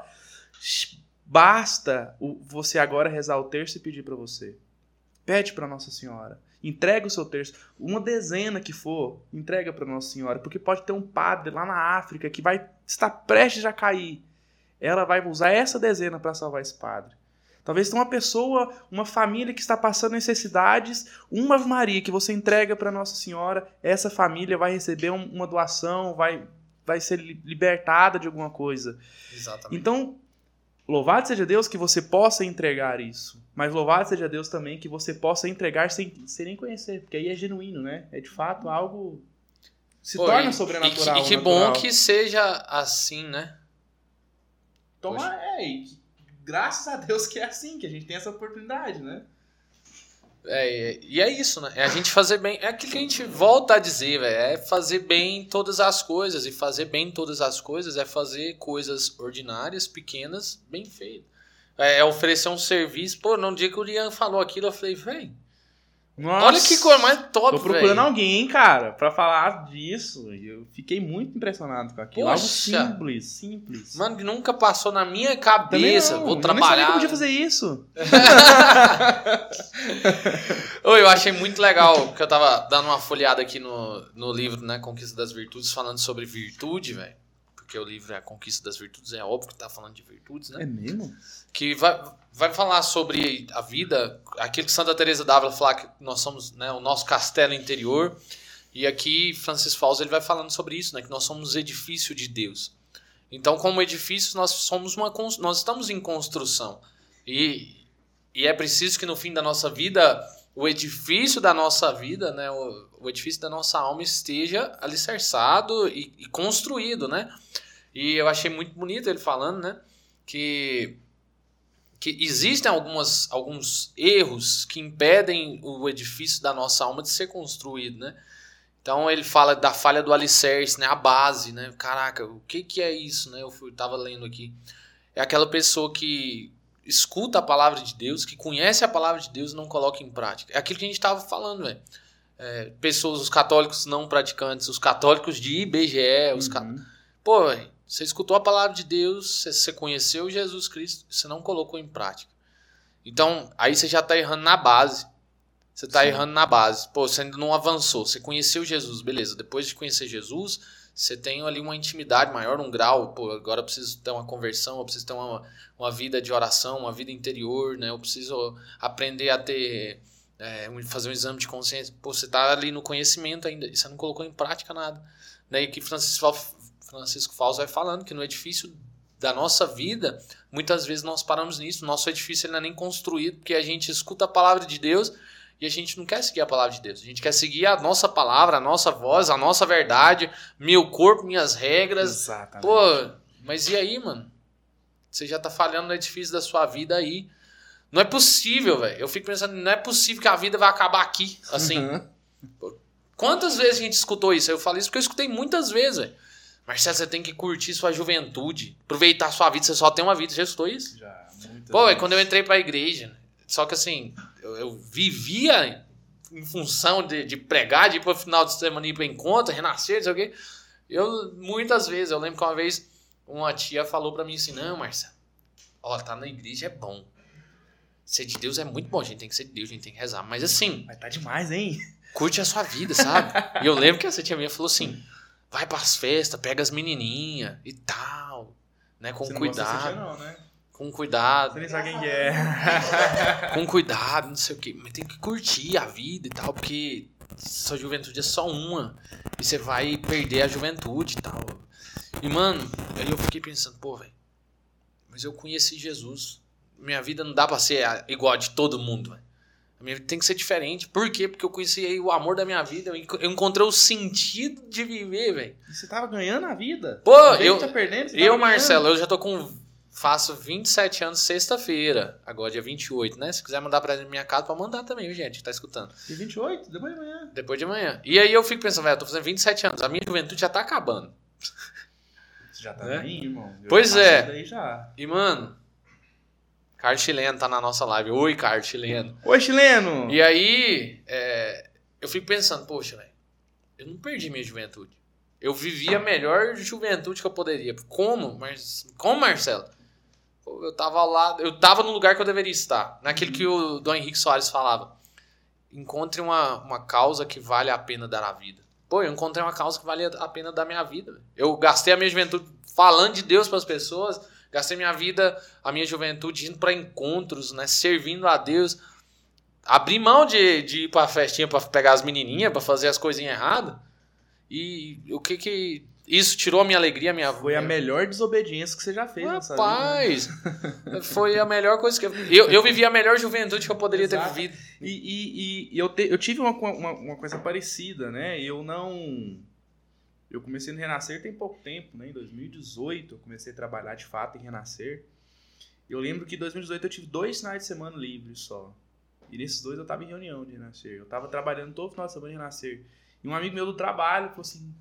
basta você agora rezar o terço e pedir pra você. Pede pra Nossa Senhora. Entrega o seu terço, uma dezena que for, entrega para Nossa Senhora, porque pode ter um padre lá na África que vai estar prestes a cair. Ela vai usar essa dezena para salvar esse padre. Talvez tenha uma pessoa, uma família que está passando necessidades, uma Ave Maria que você entrega para Nossa Senhora, essa família vai receber um, uma doação, vai, vai ser libertada de alguma coisa. Exatamente. Então, louvado seja Deus que você possa entregar isso. Mas louvado seja Deus também que você possa entregar sem, sem nem conhecer. Porque aí é genuíno, né? É de fato algo... Se Pô, torna e, sobrenatural. E que, e que bom que seja assim, né? Toma, é, e que, graças a Deus que é assim, que a gente tem essa oportunidade, né? É, e é isso, né? É a gente fazer bem. É aquilo que a gente volta a dizer, velho. É fazer bem todas as coisas. E fazer bem todas as coisas é fazer coisas ordinárias, pequenas, bem feitas. É oferecer um serviço. Pô, no dia que o Ian falou aquilo, eu falei, velho, olha que coisa mais top, velho. Tô procurando véio. alguém, cara, pra falar disso. Eu fiquei muito impressionado com aquilo. Poxa. Algo simples, simples. Mano, que nunca passou na minha cabeça. Vou eu trabalhar. Eu nem podia fazer isso. Oi, eu achei muito legal, porque eu tava dando uma folheada aqui no, no livro, né, Conquista das Virtudes, falando sobre virtude, velho. Porque o livro é a Conquista das Virtudes, é óbvio que tá falando de virtudes, né? É mesmo? Que vai, vai falar sobre a vida, aquilo que Santa Teresa d'Ávila fala que nós somos, né, o nosso castelo interior. E aqui Francis Fausto ele vai falando sobre isso, né, que nós somos edifício de Deus. Então, como edifícios, nós somos uma nós estamos em construção. E, e é preciso que no fim da nossa vida, o edifício da nossa vida, né, o, o edifício da nossa alma esteja alicerçado e, e construído, né? E eu achei muito bonito ele falando, né, que, que existem algumas, alguns erros que impedem o edifício da nossa alma de ser construído, né? Então ele fala da falha do alicerce, né, a base, né? Caraca, o que, que é isso, né? Eu fui, tava lendo aqui. É aquela pessoa que escuta a palavra de Deus, que conhece a palavra de Deus e não coloca em prática. É aquilo que a gente estava falando, velho. É, pessoas, os católicos não praticantes, os católicos de I B G E, os uhum. cat... Pô, véio, você escutou a palavra de Deus, você conheceu Jesus Cristo, você não colocou em prática. Então, aí você já está errando na base. Você está errando na base. Pô, você ainda não avançou. Você conheceu Jesus, beleza. Depois de conhecer Jesus, você tem ali uma intimidade maior, um grau. Pô, agora eu preciso ter uma conversão, eu preciso ter uma, uma vida de oração, uma vida interior, né? Eu preciso aprender a ter... É, fazer um exame de consciência. Pô, você está ali no conhecimento ainda. E você não colocou em prática nada. Daí que Francisco, Francisco Fausto vai falando que no edifício da nossa vida, muitas vezes nós paramos nisso. Nosso edifício ele não é nem construído, porque a gente escuta a palavra de Deus e a gente não quer seguir a palavra de Deus. A gente quer seguir a nossa palavra, a nossa voz, a nossa verdade, meu corpo, minhas regras. Exatamente. Pô, mas e aí, mano? Você já tá falhando no edifício da sua vida aí. Não é possível, velho. Eu fico pensando, não é possível que a vida vai acabar aqui, assim. Uhum. Quantas vezes a gente escutou isso? Eu falo isso porque eu escutei muitas vezes, velho. Marcelo, você tem que curtir sua juventude, aproveitar sua vida, você só tem uma vida. Você já escutou isso? Já, muitas Pô, vezes. Quando eu entrei pra igreja, só que assim, eu, eu vivia em função de, de pregar, de ir pro final de semana, ir pro encontro, renascer, não sei o quê. Eu, muitas vezes, eu lembro que uma vez uma tia falou pra mim assim, não, Marcelo, ó, tá na igreja é bom. Ser de Deus é muito bom, a gente tem que ser de Deus, a gente tem que rezar. Mas assim... Mas tá demais, hein? Curte a sua vida, sabe? E eu lembro que essa tia minha falou assim, vai pras festas, pega as menininhas e tal, né? Com Você não cuidado. gosta dessa tia, não, né? Com cuidado. Você nem sabe quem que é. Com cuidado, não sei o quê. Mas tem que curtir a vida e tal, porque sua juventude é só uma. E você vai perder a juventude e tal. E, mano, aí eu fiquei pensando, pô, velho, mas eu conheci Jesus. Minha vida não dá pra ser igual a de todo mundo, velho. A minha vida tem que ser diferente. Por quê? Porque eu conheci aí o amor da minha vida. Eu encontrei o sentido de viver, velho. Você tava ganhando a vida? Pô, eu, tá perdendo, você eu tava Marcelo, eu já tô com faço vinte e sete anos sexta-feira. Agora dia vinte e oito, né? Se quiser mandar pra minha casa, pode mandar também, viu, gente? Que tá escutando. Dia vinte e oito? Depois de amanhã. Depois de amanhã. E aí eu fico pensando, velho, eu tô fazendo vinte e sete anos. A minha juventude já tá acabando. Você já tá né? bem, irmão. Eu pois é. Daí já. E, mano... Carlos Chileno tá na nossa live. Oi, Carlos Chileno. Oi, Chileno! E aí, é, eu fico pensando, poxa, velho, eu não perdi minha juventude. Eu vivi a melhor juventude que eu poderia. Como? Mas, como, Marcelo? Eu tava lá, eu tava no lugar que eu deveria estar. Naquilo que o Dom Henrique Soares falava. Encontre uma, uma causa que vale a pena dar a vida. Pô, eu encontrei uma causa que vale a pena dar a minha vida. Véio. Eu gastei a minha juventude falando de Deus para as pessoas. Gastei minha vida, a minha juventude indo para encontros, né, servindo a Deus. Abri mão de, de ir para a festinha para pegar as menininhas, para fazer as coisinhas erradas. E o que que... Isso tirou a minha alegria, a minha... Foi a melhor desobediência que você já fez nessa vida. Rapaz, foi a melhor coisa que eu... Eu, eu vivi a melhor juventude que eu poderia Exato. ter vivido. E, e, e eu, te, eu tive uma, uma, uma coisa parecida, né? Eu não... Eu comecei no Renascer tem pouco tempo, né? Em dois mil e dezoito eu comecei a trabalhar de fato em Renascer. Eu lembro que em dois mil e dezoito eu tive dois finais de semana livres só. E nesses dois eu tava em reunião de Renascer. Eu tava trabalhando todo final de semana em Renascer. E um amigo meu do trabalho falou assim...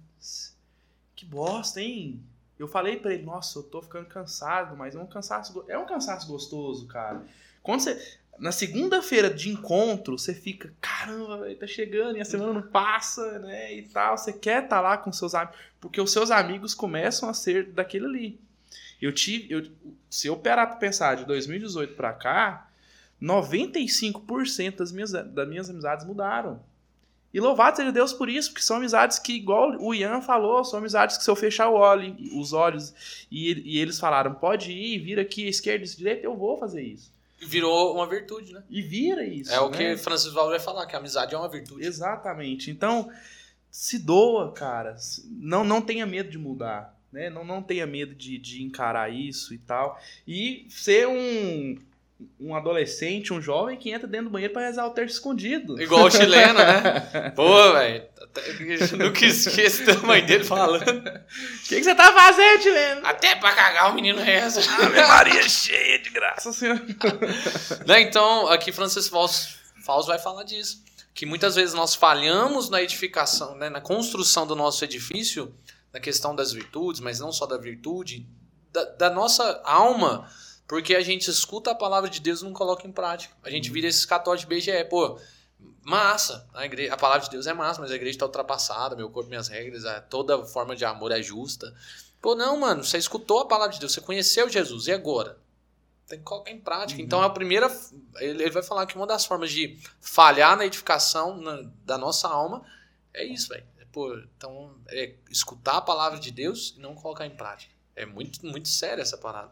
Que bosta, hein? Eu falei pra ele, nossa, eu tô ficando cansado, mas é um cansaço, é um cansaço gostoso, cara. Quando você... Na segunda-feira de encontro, você fica, caramba, tá chegando e a semana não passa, né, e tal. Você quer estar lá com seus amigos, porque os seus amigos começam a ser daquele ali. Eu tive, eu, se eu parar pra pensar de dois mil e dezoito pra cá, noventa e cinco por cento das minhas, das minhas amizades mudaram. E louvado seja Deus por isso, porque são amizades que, igual o Ian falou, são amizades que se eu fechar o olho, os olhos e, e eles falaram, pode ir, vir aqui, esquerda, direita, eu vou fazer isso. Virou uma virtude, né? E vira isso. É o né? que Francisco Valdo vai falar, que a amizade é uma virtude. Exatamente. Então, se doa, cara. Não, não tenha medo de mudar. Né? Não, não tenha medo de, de encarar isso e tal. E ser um, um adolescente, um jovem que entra dentro do banheiro para rezar o terço escondido. Igual o chileno, né? Pô, velho. Nunca esqueço da mãe dele falando. O que, que você tá fazendo, chileno? Até pra cagar o menino reza. Ave Maria cheia de graça, senhor. Né, então, aqui Francisco Fausto vai falar disso. Que muitas vezes nós falhamos na edificação, né, na construção do nosso edifício, na questão das virtudes, mas não só da virtude, da, da nossa alma, porque a gente escuta a palavra de Deus e não coloca em prática. A gente vira esses católicos de B G E, pô, massa, a, igreja, a palavra de Deus é massa, mas a igreja está ultrapassada, meu corpo, minhas regras, toda forma de amor é justa. Pô, não, mano, você escutou a palavra de Deus, você conheceu Jesus, e agora? Tem que colocar em prática. Uhum. Então, a primeira, ele vai falar que uma das formas de falhar na edificação na, da nossa alma é isso, velho. Pô, então, é escutar a palavra de Deus e não colocar em prática. É muito, muito sério essa parada.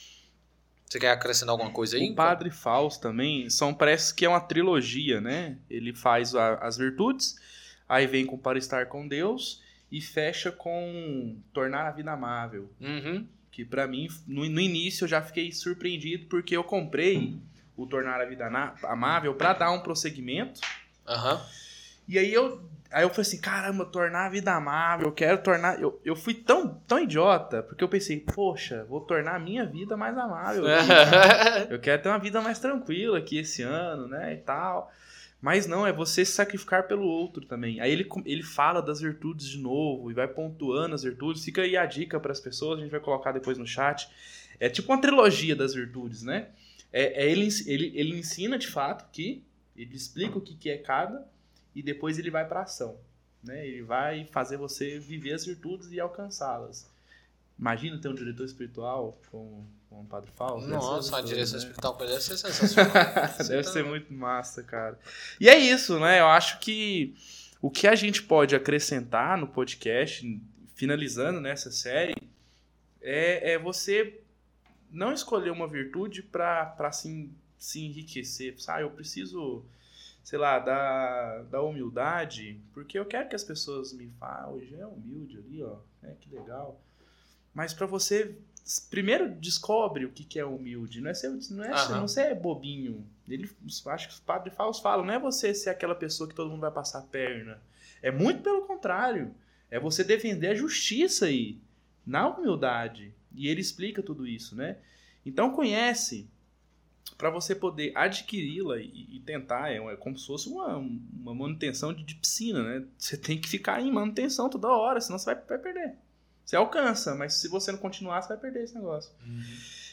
Você quer acrescentar alguma coisa aí? O Padre Fausto também, são, parece que é uma trilogia, né? Ele faz a, as virtudes, aí vem com para estar com Deus e fecha com tornar a vida amável. Uhum. Que pra mim, no, no início eu já fiquei surpreendido porque eu comprei o tornar a vida amável pra dar um prosseguimento. Uhum. E aí eu, aí eu falei assim, caramba, tornar a vida amável, eu quero tornar... Eu, eu fui tão, tão idiota, porque eu pensei, poxa, vou tornar a minha vida mais amável. Aqui, eu quero ter uma vida mais tranquila aqui esse ano, né, e tal. Mas não, é você se sacrificar pelo outro também. Aí ele, ele fala das virtudes de novo e vai pontuando as virtudes. Fica aí a dica para as pessoas, a gente vai colocar depois no chat. É tipo uma trilogia das virtudes, né? É, é ele, ele, ele ensina de fato que, ele explica o que, que é cada e depois ele vai para ação. Né? Ele vai fazer você viver as virtudes e alcançá-las. Imagina ter um diretor espiritual com, com o Padre Fausto. Nossa, a direção né? espiritual deve ser sensacional. Deve ser muito massa, cara. E é isso, né? Eu acho que o que a gente pode acrescentar no podcast, finalizando nessa série, é, é você não escolher uma virtude para se, se enriquecer. Ah, eu preciso, sei lá, da, da humildade, porque eu quero que as pessoas me falem, ah, hoje é humilde ali, ó, é, que legal. Mas para você, primeiro descobre o que é humilde. Não é ser, não é ser, não ser bobinho. Ele, acho que os padres Fausto falam, não é você ser aquela pessoa que todo mundo vai passar a perna. É muito pelo contrário. É você defender a justiça aí, na humildade. E ele explica tudo isso, né? Então conhece para você poder adquiri-la e, e tentar, é, é como se fosse uma, uma manutenção de, de piscina, né? Você tem que ficar em manutenção toda hora, senão você vai, vai perder. Você alcança, mas se você não continuar, você vai perder esse negócio. Uhum.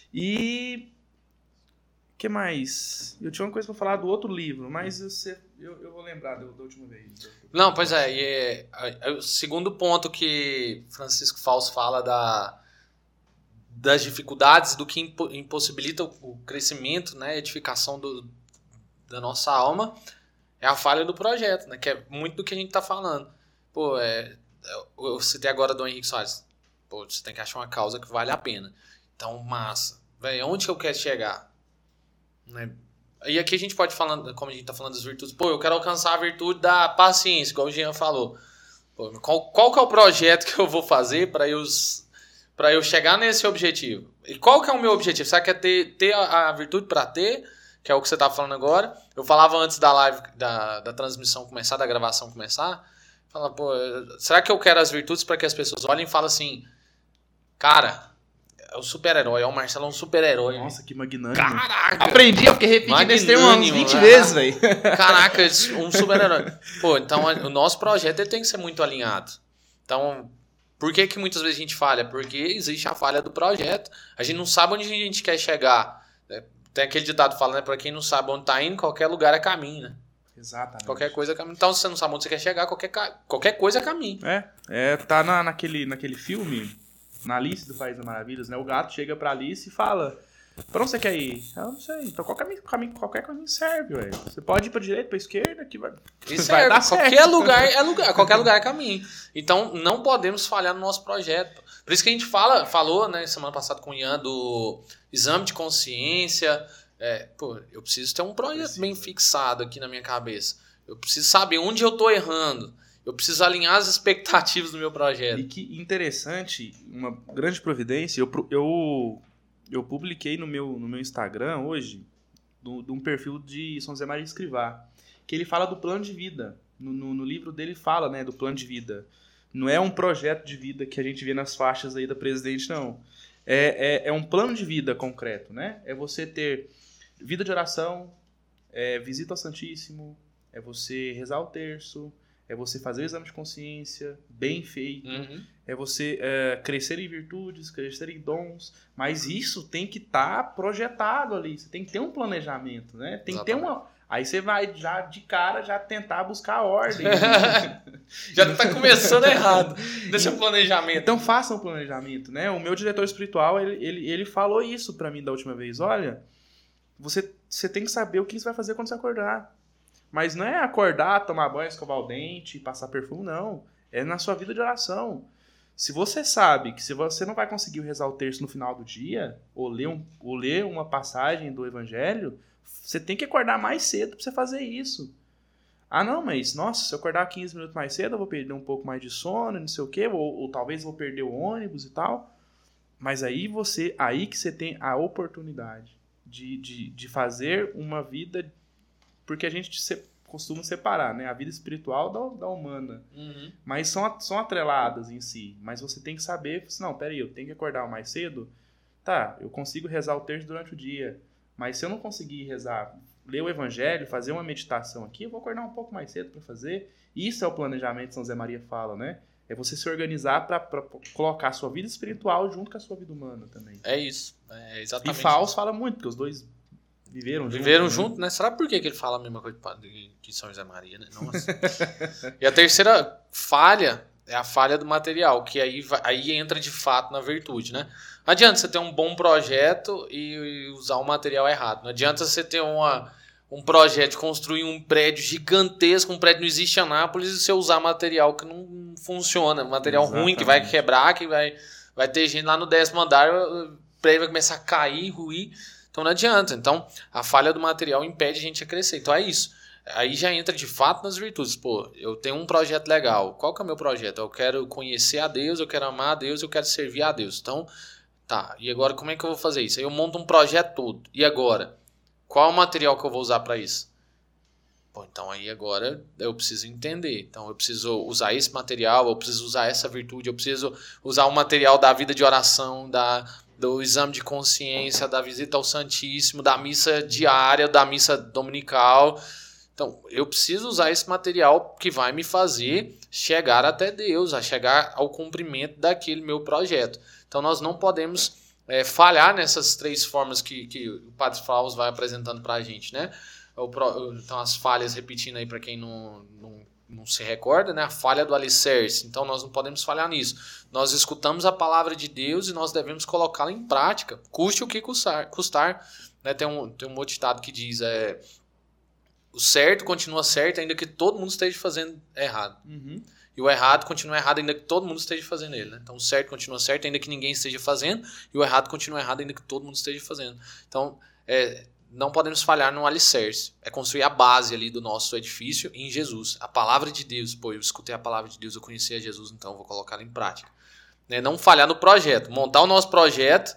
E... o que mais? Eu tinha uma coisa para falar do outro livro, mas você, eu, eu vou lembrar da, da última vez. Não, pois é, e é, é o segundo ponto que Francisco Fausto fala da, das dificuldades, do que impossibilita o crescimento, né, a edificação do, da nossa alma, é a falha do projeto, né, que é muito do que a gente está falando. Pô, é, eu citei agora do Henrique Soares. Pô, você tem que achar uma causa que vale a pena. Então, massa. Véio, onde que eu quero chegar? Né? E aqui a gente pode falar, como a gente tá falando das virtudes, pô, eu quero alcançar a virtude da paciência, igual o Jean falou. Pô, qual, qual que é o projeto que eu vou fazer para eu, para eu chegar nesse objetivo? E qual que é o meu objetivo? Será que é ter, ter a, a virtude para ter, que é o que você tá falando agora? Eu falava antes da live, da, da transmissão começar, da gravação começar, falava, pô, será que eu quero as virtudes para que as pessoas olhem e falem assim, cara... é o super-herói, é o Marcelo é um super-herói. Nossa, que magnânimo. Caraca! Aprendi, eu fiquei repetindo esse termo umas vinte vezes, velho. Caraca, um super-herói. Pô, então o nosso projeto ele tem que ser muito alinhado. Então, por que que muitas vezes a gente falha? Porque existe a falha do projeto. A gente não sabe onde a gente quer chegar. Tem aquele ditado que fala, né? Pra quem não sabe onde tá indo, qualquer lugar é caminho, né? Exatamente. Qualquer coisa é caminho. Então, se você não sabe onde você quer chegar, qualquer, qualquer coisa é caminho. É, é tá na, naquele, naquele filme... na Alice do País das Maravilhas, né? O gato chega pra Alice e fala, pra onde você quer ir? Ela não sei. Então qualquer caminho, qualquer caminho serve, velho. Você pode ir pra direita, pra esquerda, que vai, vai serve. Dar certo. Qualquer lugar é lugar, qualquer lugar é caminho. Então não podemos falhar no nosso projeto. Por isso que a gente fala, falou, né, semana passada com o Ian do exame de consciência. É, pô, eu preciso ter um projeto preciso. bem fixado aqui na minha cabeça. Eu preciso saber onde eu tô errando. Eu preciso alinhar as expectativas do meu projeto. E que interessante, uma grande providência, eu, eu, eu publiquei no meu, no meu Instagram hoje, de um perfil de São José Maria Escrivá, que ele fala do plano de vida. No, no, no livro dele fala, né, do plano de vida. Não é um projeto de vida que a gente vê nas faixas aí da Presidente, não. É, é, é um plano de vida concreto, né? É você ter vida de oração, é visita ao Santíssimo, é você rezar o terço, é você fazer o exame de consciência bem feito, uhum. é você é, crescer em virtudes, crescer em dons, mas isso tem que estar tá projetado ali, você tem que ter um planejamento, né? Tem Exatamente. que ter uma... Aí você vai já de cara já tentar buscar a ordem. Já tá começando errado desse planejamento. Então faça um planejamento, né? O meu diretor espiritual, ele, ele, ele falou isso pra mim da última vez. Olha, você, você tem que saber o que você vai fazer quando você acordar. Mas não é acordar, tomar banho, escovar o dente, passar perfume, não. É na sua vida de oração. Se você sabe que se você não vai conseguir rezar o terço no final do dia, ou ler, um, ou ler uma passagem do Evangelho, você tem que acordar mais cedo para você fazer isso. Ah, não, mas, nossa, se eu acordar quinze minutos mais cedo, eu vou perder um pouco mais de sono, não sei o quê, ou, ou talvez eu vou perder o ônibus e tal. Mas aí, você, aí que você tem a oportunidade de, de, de fazer uma vida... Porque a gente se, costuma separar, né? A vida espiritual da, da humana. Uhum. Mas são, são atreladas em si. Mas você tem que saber... Não, peraí, eu tenho que acordar mais cedo? Tá, eu consigo rezar o terço durante o dia. Mas se eu não conseguir rezar, ler o Evangelho, fazer uma meditação aqui, eu vou acordar um pouco mais cedo para fazer. Isso é o planejamento que São Zé Maria fala, né? É você se organizar para colocar a sua vida espiritual junto com a sua vida humana também. É isso. É exatamente. E Fausto fala muito, porque os dois... Viveram juntos. Viveram juntos, junto, né? Será por que, que ele fala a mesma coisa de São José Maria, né? Nossa. E a terceira falha é a falha do material, que aí, vai, aí entra de fato na virtude, né? Não adianta você ter um bom projeto e usar um material errado. Não adianta você ter uma, um projeto de construir um prédio gigantesco, um prédio que não existe em Anápolis, e você usar material que não funciona, material Exatamente. ruim, que vai quebrar, que vai, vai ter gente lá no décimo andar, o prédio vai começar a cair, ruir. Então não adianta. Então a falha do material impede a gente a crescer. Então é isso. Aí já entra de fato nas virtudes. Pô, eu tenho um projeto legal. Qual que é o meu projeto? Eu quero conhecer a Deus, eu quero amar a Deus, eu quero servir a Deus. Então, tá. E agora como é que eu vou fazer isso? Aí eu monto um projeto todo. E agora? Qual é o material que eu vou usar para isso? Pô, então aí agora eu preciso entender. Então eu preciso usar esse material, eu preciso usar essa virtude, eu preciso usar o material da vida de oração, da... do exame de consciência, da visita ao Santíssimo, da missa diária, da missa dominical. Então, eu preciso usar esse material que vai me fazer chegar até Deus, a chegar ao cumprimento daquele meu projeto. Então, nós não podemos é, falhar nessas três formas que, que o Padre Flaus vai apresentando para a gente, né? Então, as falhas, repetindo aí para quem não, não, não se recorda, né? A falha do alicerce. Então, nós não podemos falhar nisso. Nós escutamos a palavra de Deus e nós devemos colocá-la em prática, custe o que custar. custar né? Tem um, tem um outro ditado que diz... É, o certo continua certo ainda que todo mundo esteja fazendo errado. Uhum. E o errado continua errado ainda que todo mundo esteja fazendo ele. Né? Então o certo continua certo ainda que ninguém esteja fazendo. E o errado continua errado ainda que todo mundo esteja fazendo. Então é, não podemos falhar no alicerce. É construir a base ali do nosso edifício em Jesus. A palavra de Deus. Pô, eu escutei a palavra de Deus, eu conheci a Jesus, então eu vou colocá-la em prática. Né? Não falhar no projeto. Montar o nosso projeto,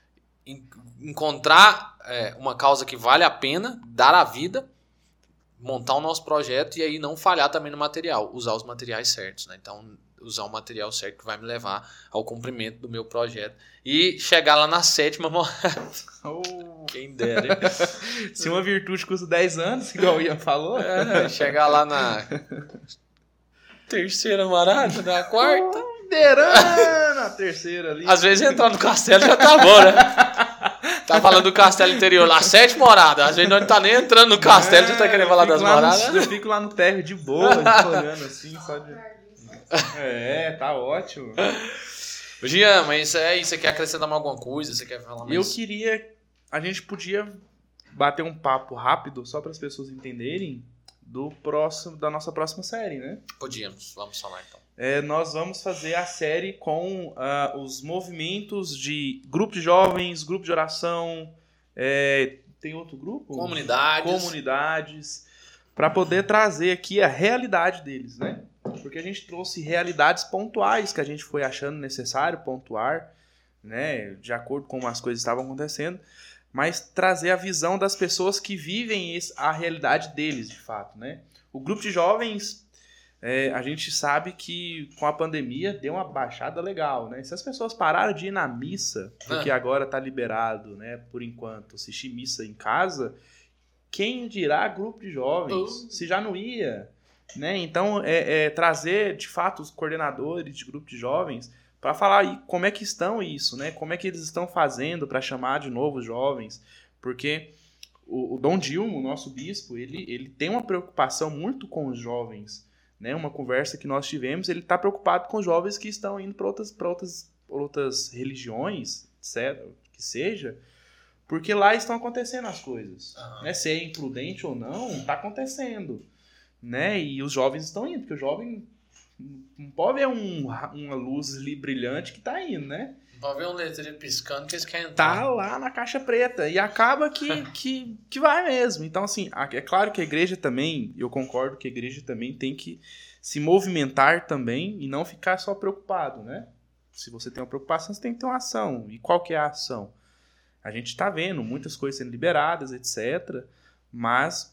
encontrar é, uma causa que vale a pena, dar a vida, montar o nosso projeto e aí não falhar também no material, usar os materiais certos, né? Então, usar o material certo que vai me levar ao cumprimento do meu projeto e chegar lá na sétima morada. Oh. Quem dera, hein? Se uma virtude custa dez anos, igual o Ian falou. É, chegar lá na terceira morada, na quarta. Liderando a terceira ali. Às vezes entrar no castelo já tá bom, né? Tá falando do castelo interior lá, sete moradas. Às vezes não tá nem entrando no castelo, é, já tá querendo falar das moradas. No, eu fico lá no térreo de boa, olhando assim, só de... É, tá ótimo. Jean, mas é isso, você quer acrescentar mais alguma coisa? Você quer falar mais? Eu queria... A gente podia bater um papo rápido, só para as pessoas entenderem, do próximo, da nossa próxima série, né? Podíamos, vamos falar então. É, nós vamos fazer a série com uh, os movimentos de grupo de jovens, grupo de oração, é, tem outro grupo? Comunidades. Comunidades, para poder trazer aqui a realidade deles, né? Porque a gente trouxe realidades pontuais que a gente foi achando necessário pontuar, né? De acordo com como as coisas estavam acontecendo, mas trazer a visão das pessoas que vivem esse, a realidade deles, de fato, né? O grupo de jovens... É, a gente sabe que com a pandemia deu uma baixada legal, né? Se as pessoas pararam de ir na missa, porque ah. agora tá liberado, né, por enquanto, assistir missa em casa, quem dirá grupo de jovens? Uh. Se já não ia, né? Então, é, é trazer, de fato, os coordenadores de grupo de jovens para falar como é que estão isso, né? Como é que eles estão fazendo para chamar de novo os jovens, porque o, o Dom Dilmo, o nosso bispo, ele, ele tem uma preocupação muito com os jovens, né, uma conversa que nós tivemos, ele está preocupado com jovens que estão indo para outras, para outras, para outras religiões, etcétera, que seja, porque lá estão acontecendo as coisas. Uhum. Né, se é imprudente ou não, está acontecendo. Né, e os jovens estão indo, porque o jovem não pode ver um, uma luz ali brilhante que está indo, né? Não pode ver um letreiro piscando que eles querem entrar. Tá lá na caixa preta. E acaba que, que, que vai mesmo. Então, assim, é claro que a igreja também, eu concordo que a igreja também tem que se movimentar também e não ficar só preocupado, né? Se você tem uma preocupação, você tem que ter uma ação. E qual que é a ação? A gente tá vendo muitas coisas sendo liberadas, etcétera. Mas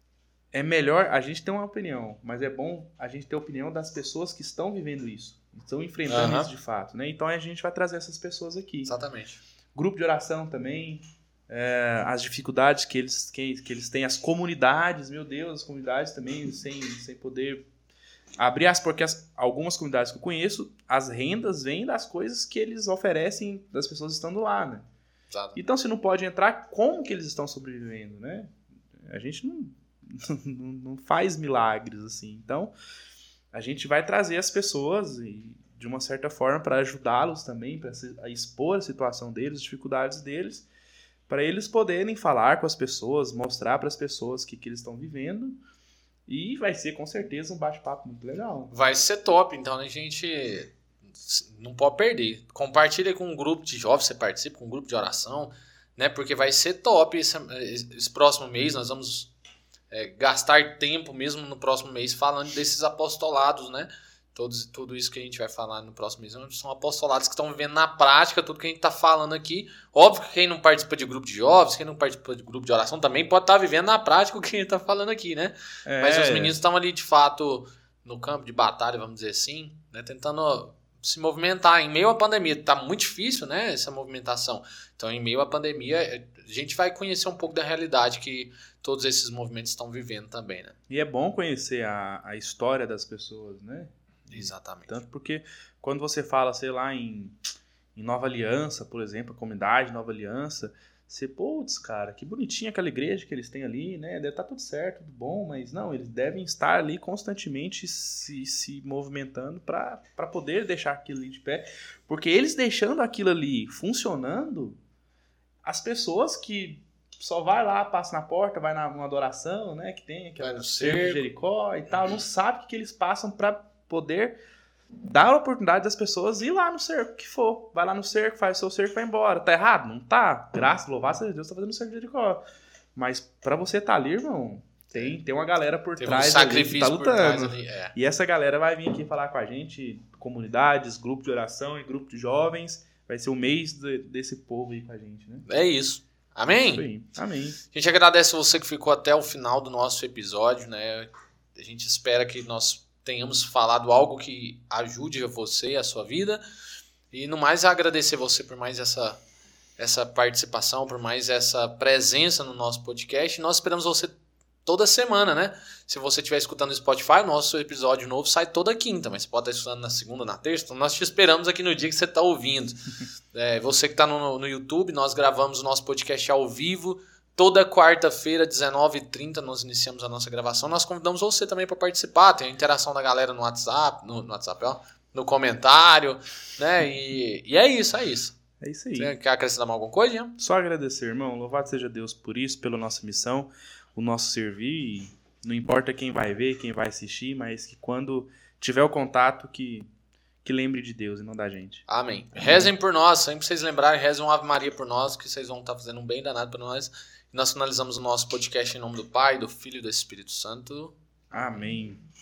é melhor a gente ter uma opinião. Mas é bom a gente ter a opinião das pessoas que estão vivendo isso. Estão enfrentando uhum. isso de fato, né? Então a gente vai trazer essas pessoas aqui. Exatamente. Grupo de oração também, é, as dificuldades que eles, que, que eles têm, as comunidades, meu Deus, as comunidades também sem, sem poder abrir as... Porque as, algumas comunidades que eu conheço, as rendas vêm das coisas que eles oferecem das pessoas estando lá, né? Exato. Então se não pode entrar, como que eles estão sobrevivendo, né? A gente não, não, não faz milagres assim, então... A gente vai trazer as pessoas e, de uma certa forma para ajudá-los também, para expor a situação deles, as dificuldades deles, para eles poderem falar com as pessoas, mostrar para as pessoas o que, que eles estão vivendo. E vai ser com certeza um bate-papo muito legal. Vai ser top, então a gente não pode perder. Compartilha com um grupo de jovens, você participa com um grupo de oração, né? Porque vai ser top esse, esse próximo mês, nós vamos... É, gastar tempo mesmo no próximo mês falando desses apostolados, né? Todos, tudo isso que a gente vai falar no próximo mês são apostolados que estão vivendo na prática tudo que a gente está falando aqui. Óbvio que quem não participa de grupo de jovens, quem não participa de grupo de oração também pode estar tá vivendo na prática o que a gente está falando aqui, né? É. Mas os meninos estão ali de fato no campo de batalha, vamos dizer assim, né? Tentando se movimentar. Em meio à pandemia, tá muito difícil, né, essa movimentação. Então, em meio à pandemia, a gente vai conhecer um pouco da realidade que todos esses movimentos estão vivendo também, né? E é bom conhecer a, a história das pessoas, né? Exatamente. Tanto porque quando você fala, sei lá, em, em Nova Aliança, por exemplo, a comunidade Nova Aliança, você, putz, cara, que bonitinha aquela igreja que eles têm ali, né? Deve estar tudo certo, tudo bom, mas não, eles devem estar ali constantemente se, se movimentando para poder deixar aquilo ali de pé. Porque eles deixando aquilo ali funcionando, as pessoas que só vai lá, passa na porta, vai na uma adoração, né? Que tem aquela cerco de Jericó e tal, não sabe o que, que eles passam para poder dar a oportunidade das pessoas ir lá no cerco, que for. Vai lá no cerco, faz o seu cerco e vai embora. Tá errado? Não tá. Graças, louvado seja Deus, tá fazendo o cerco de Jericó. Mas pra você estar tá ali, irmão, tem, tem uma galera por tem trás um sacrifício ali que tá lutando. Ali, é. E essa galera vai vir aqui falar com a gente, comunidades, grupo de oração e grupo de jovens. Vai ser o mês de, desse povo aí com a gente, né? É isso. Amém? Isso aí. Amém. A gente agradece você que ficou até o final do nosso episódio, né? A gente espera que nós tenhamos falado algo que ajude você e a sua vida. E no mais, agradecer você por mais essa, essa participação, por mais essa presença no nosso podcast. Nós esperamos você toda semana, né? Se você estiver escutando no Spotify, o nosso episódio novo sai toda quinta, mas você pode estar escutando na segunda, na terça. Então nós te esperamos aqui no dia que você está ouvindo. É, você que está no, no YouTube, nós gravamos o nosso podcast ao vivo. Toda quarta-feira, dezenove e trinta, nós iniciamos a nossa gravação. Nós convidamos você também para participar. Tem a interação da galera no WhatsApp, no, no WhatsApp, ó, no comentário, né? E, e é isso, é isso. É isso aí. Você quer acrescentar mais alguma coisa, Ian? Só agradecer, irmão. Louvado seja Deus por isso, pela nossa missão, o nosso servir. Não importa quem vai ver, quem vai assistir, mas que quando tiver o contato, que, que lembre de Deus e não da gente. Amém. Rezem por nós, sempre vocês lembrarem, rezem uma Ave Maria por nós, que vocês vão estar fazendo um bem danado para nós. E nós finalizamos o nosso podcast em nome do Pai, do Filho e do Espírito Santo. Amém.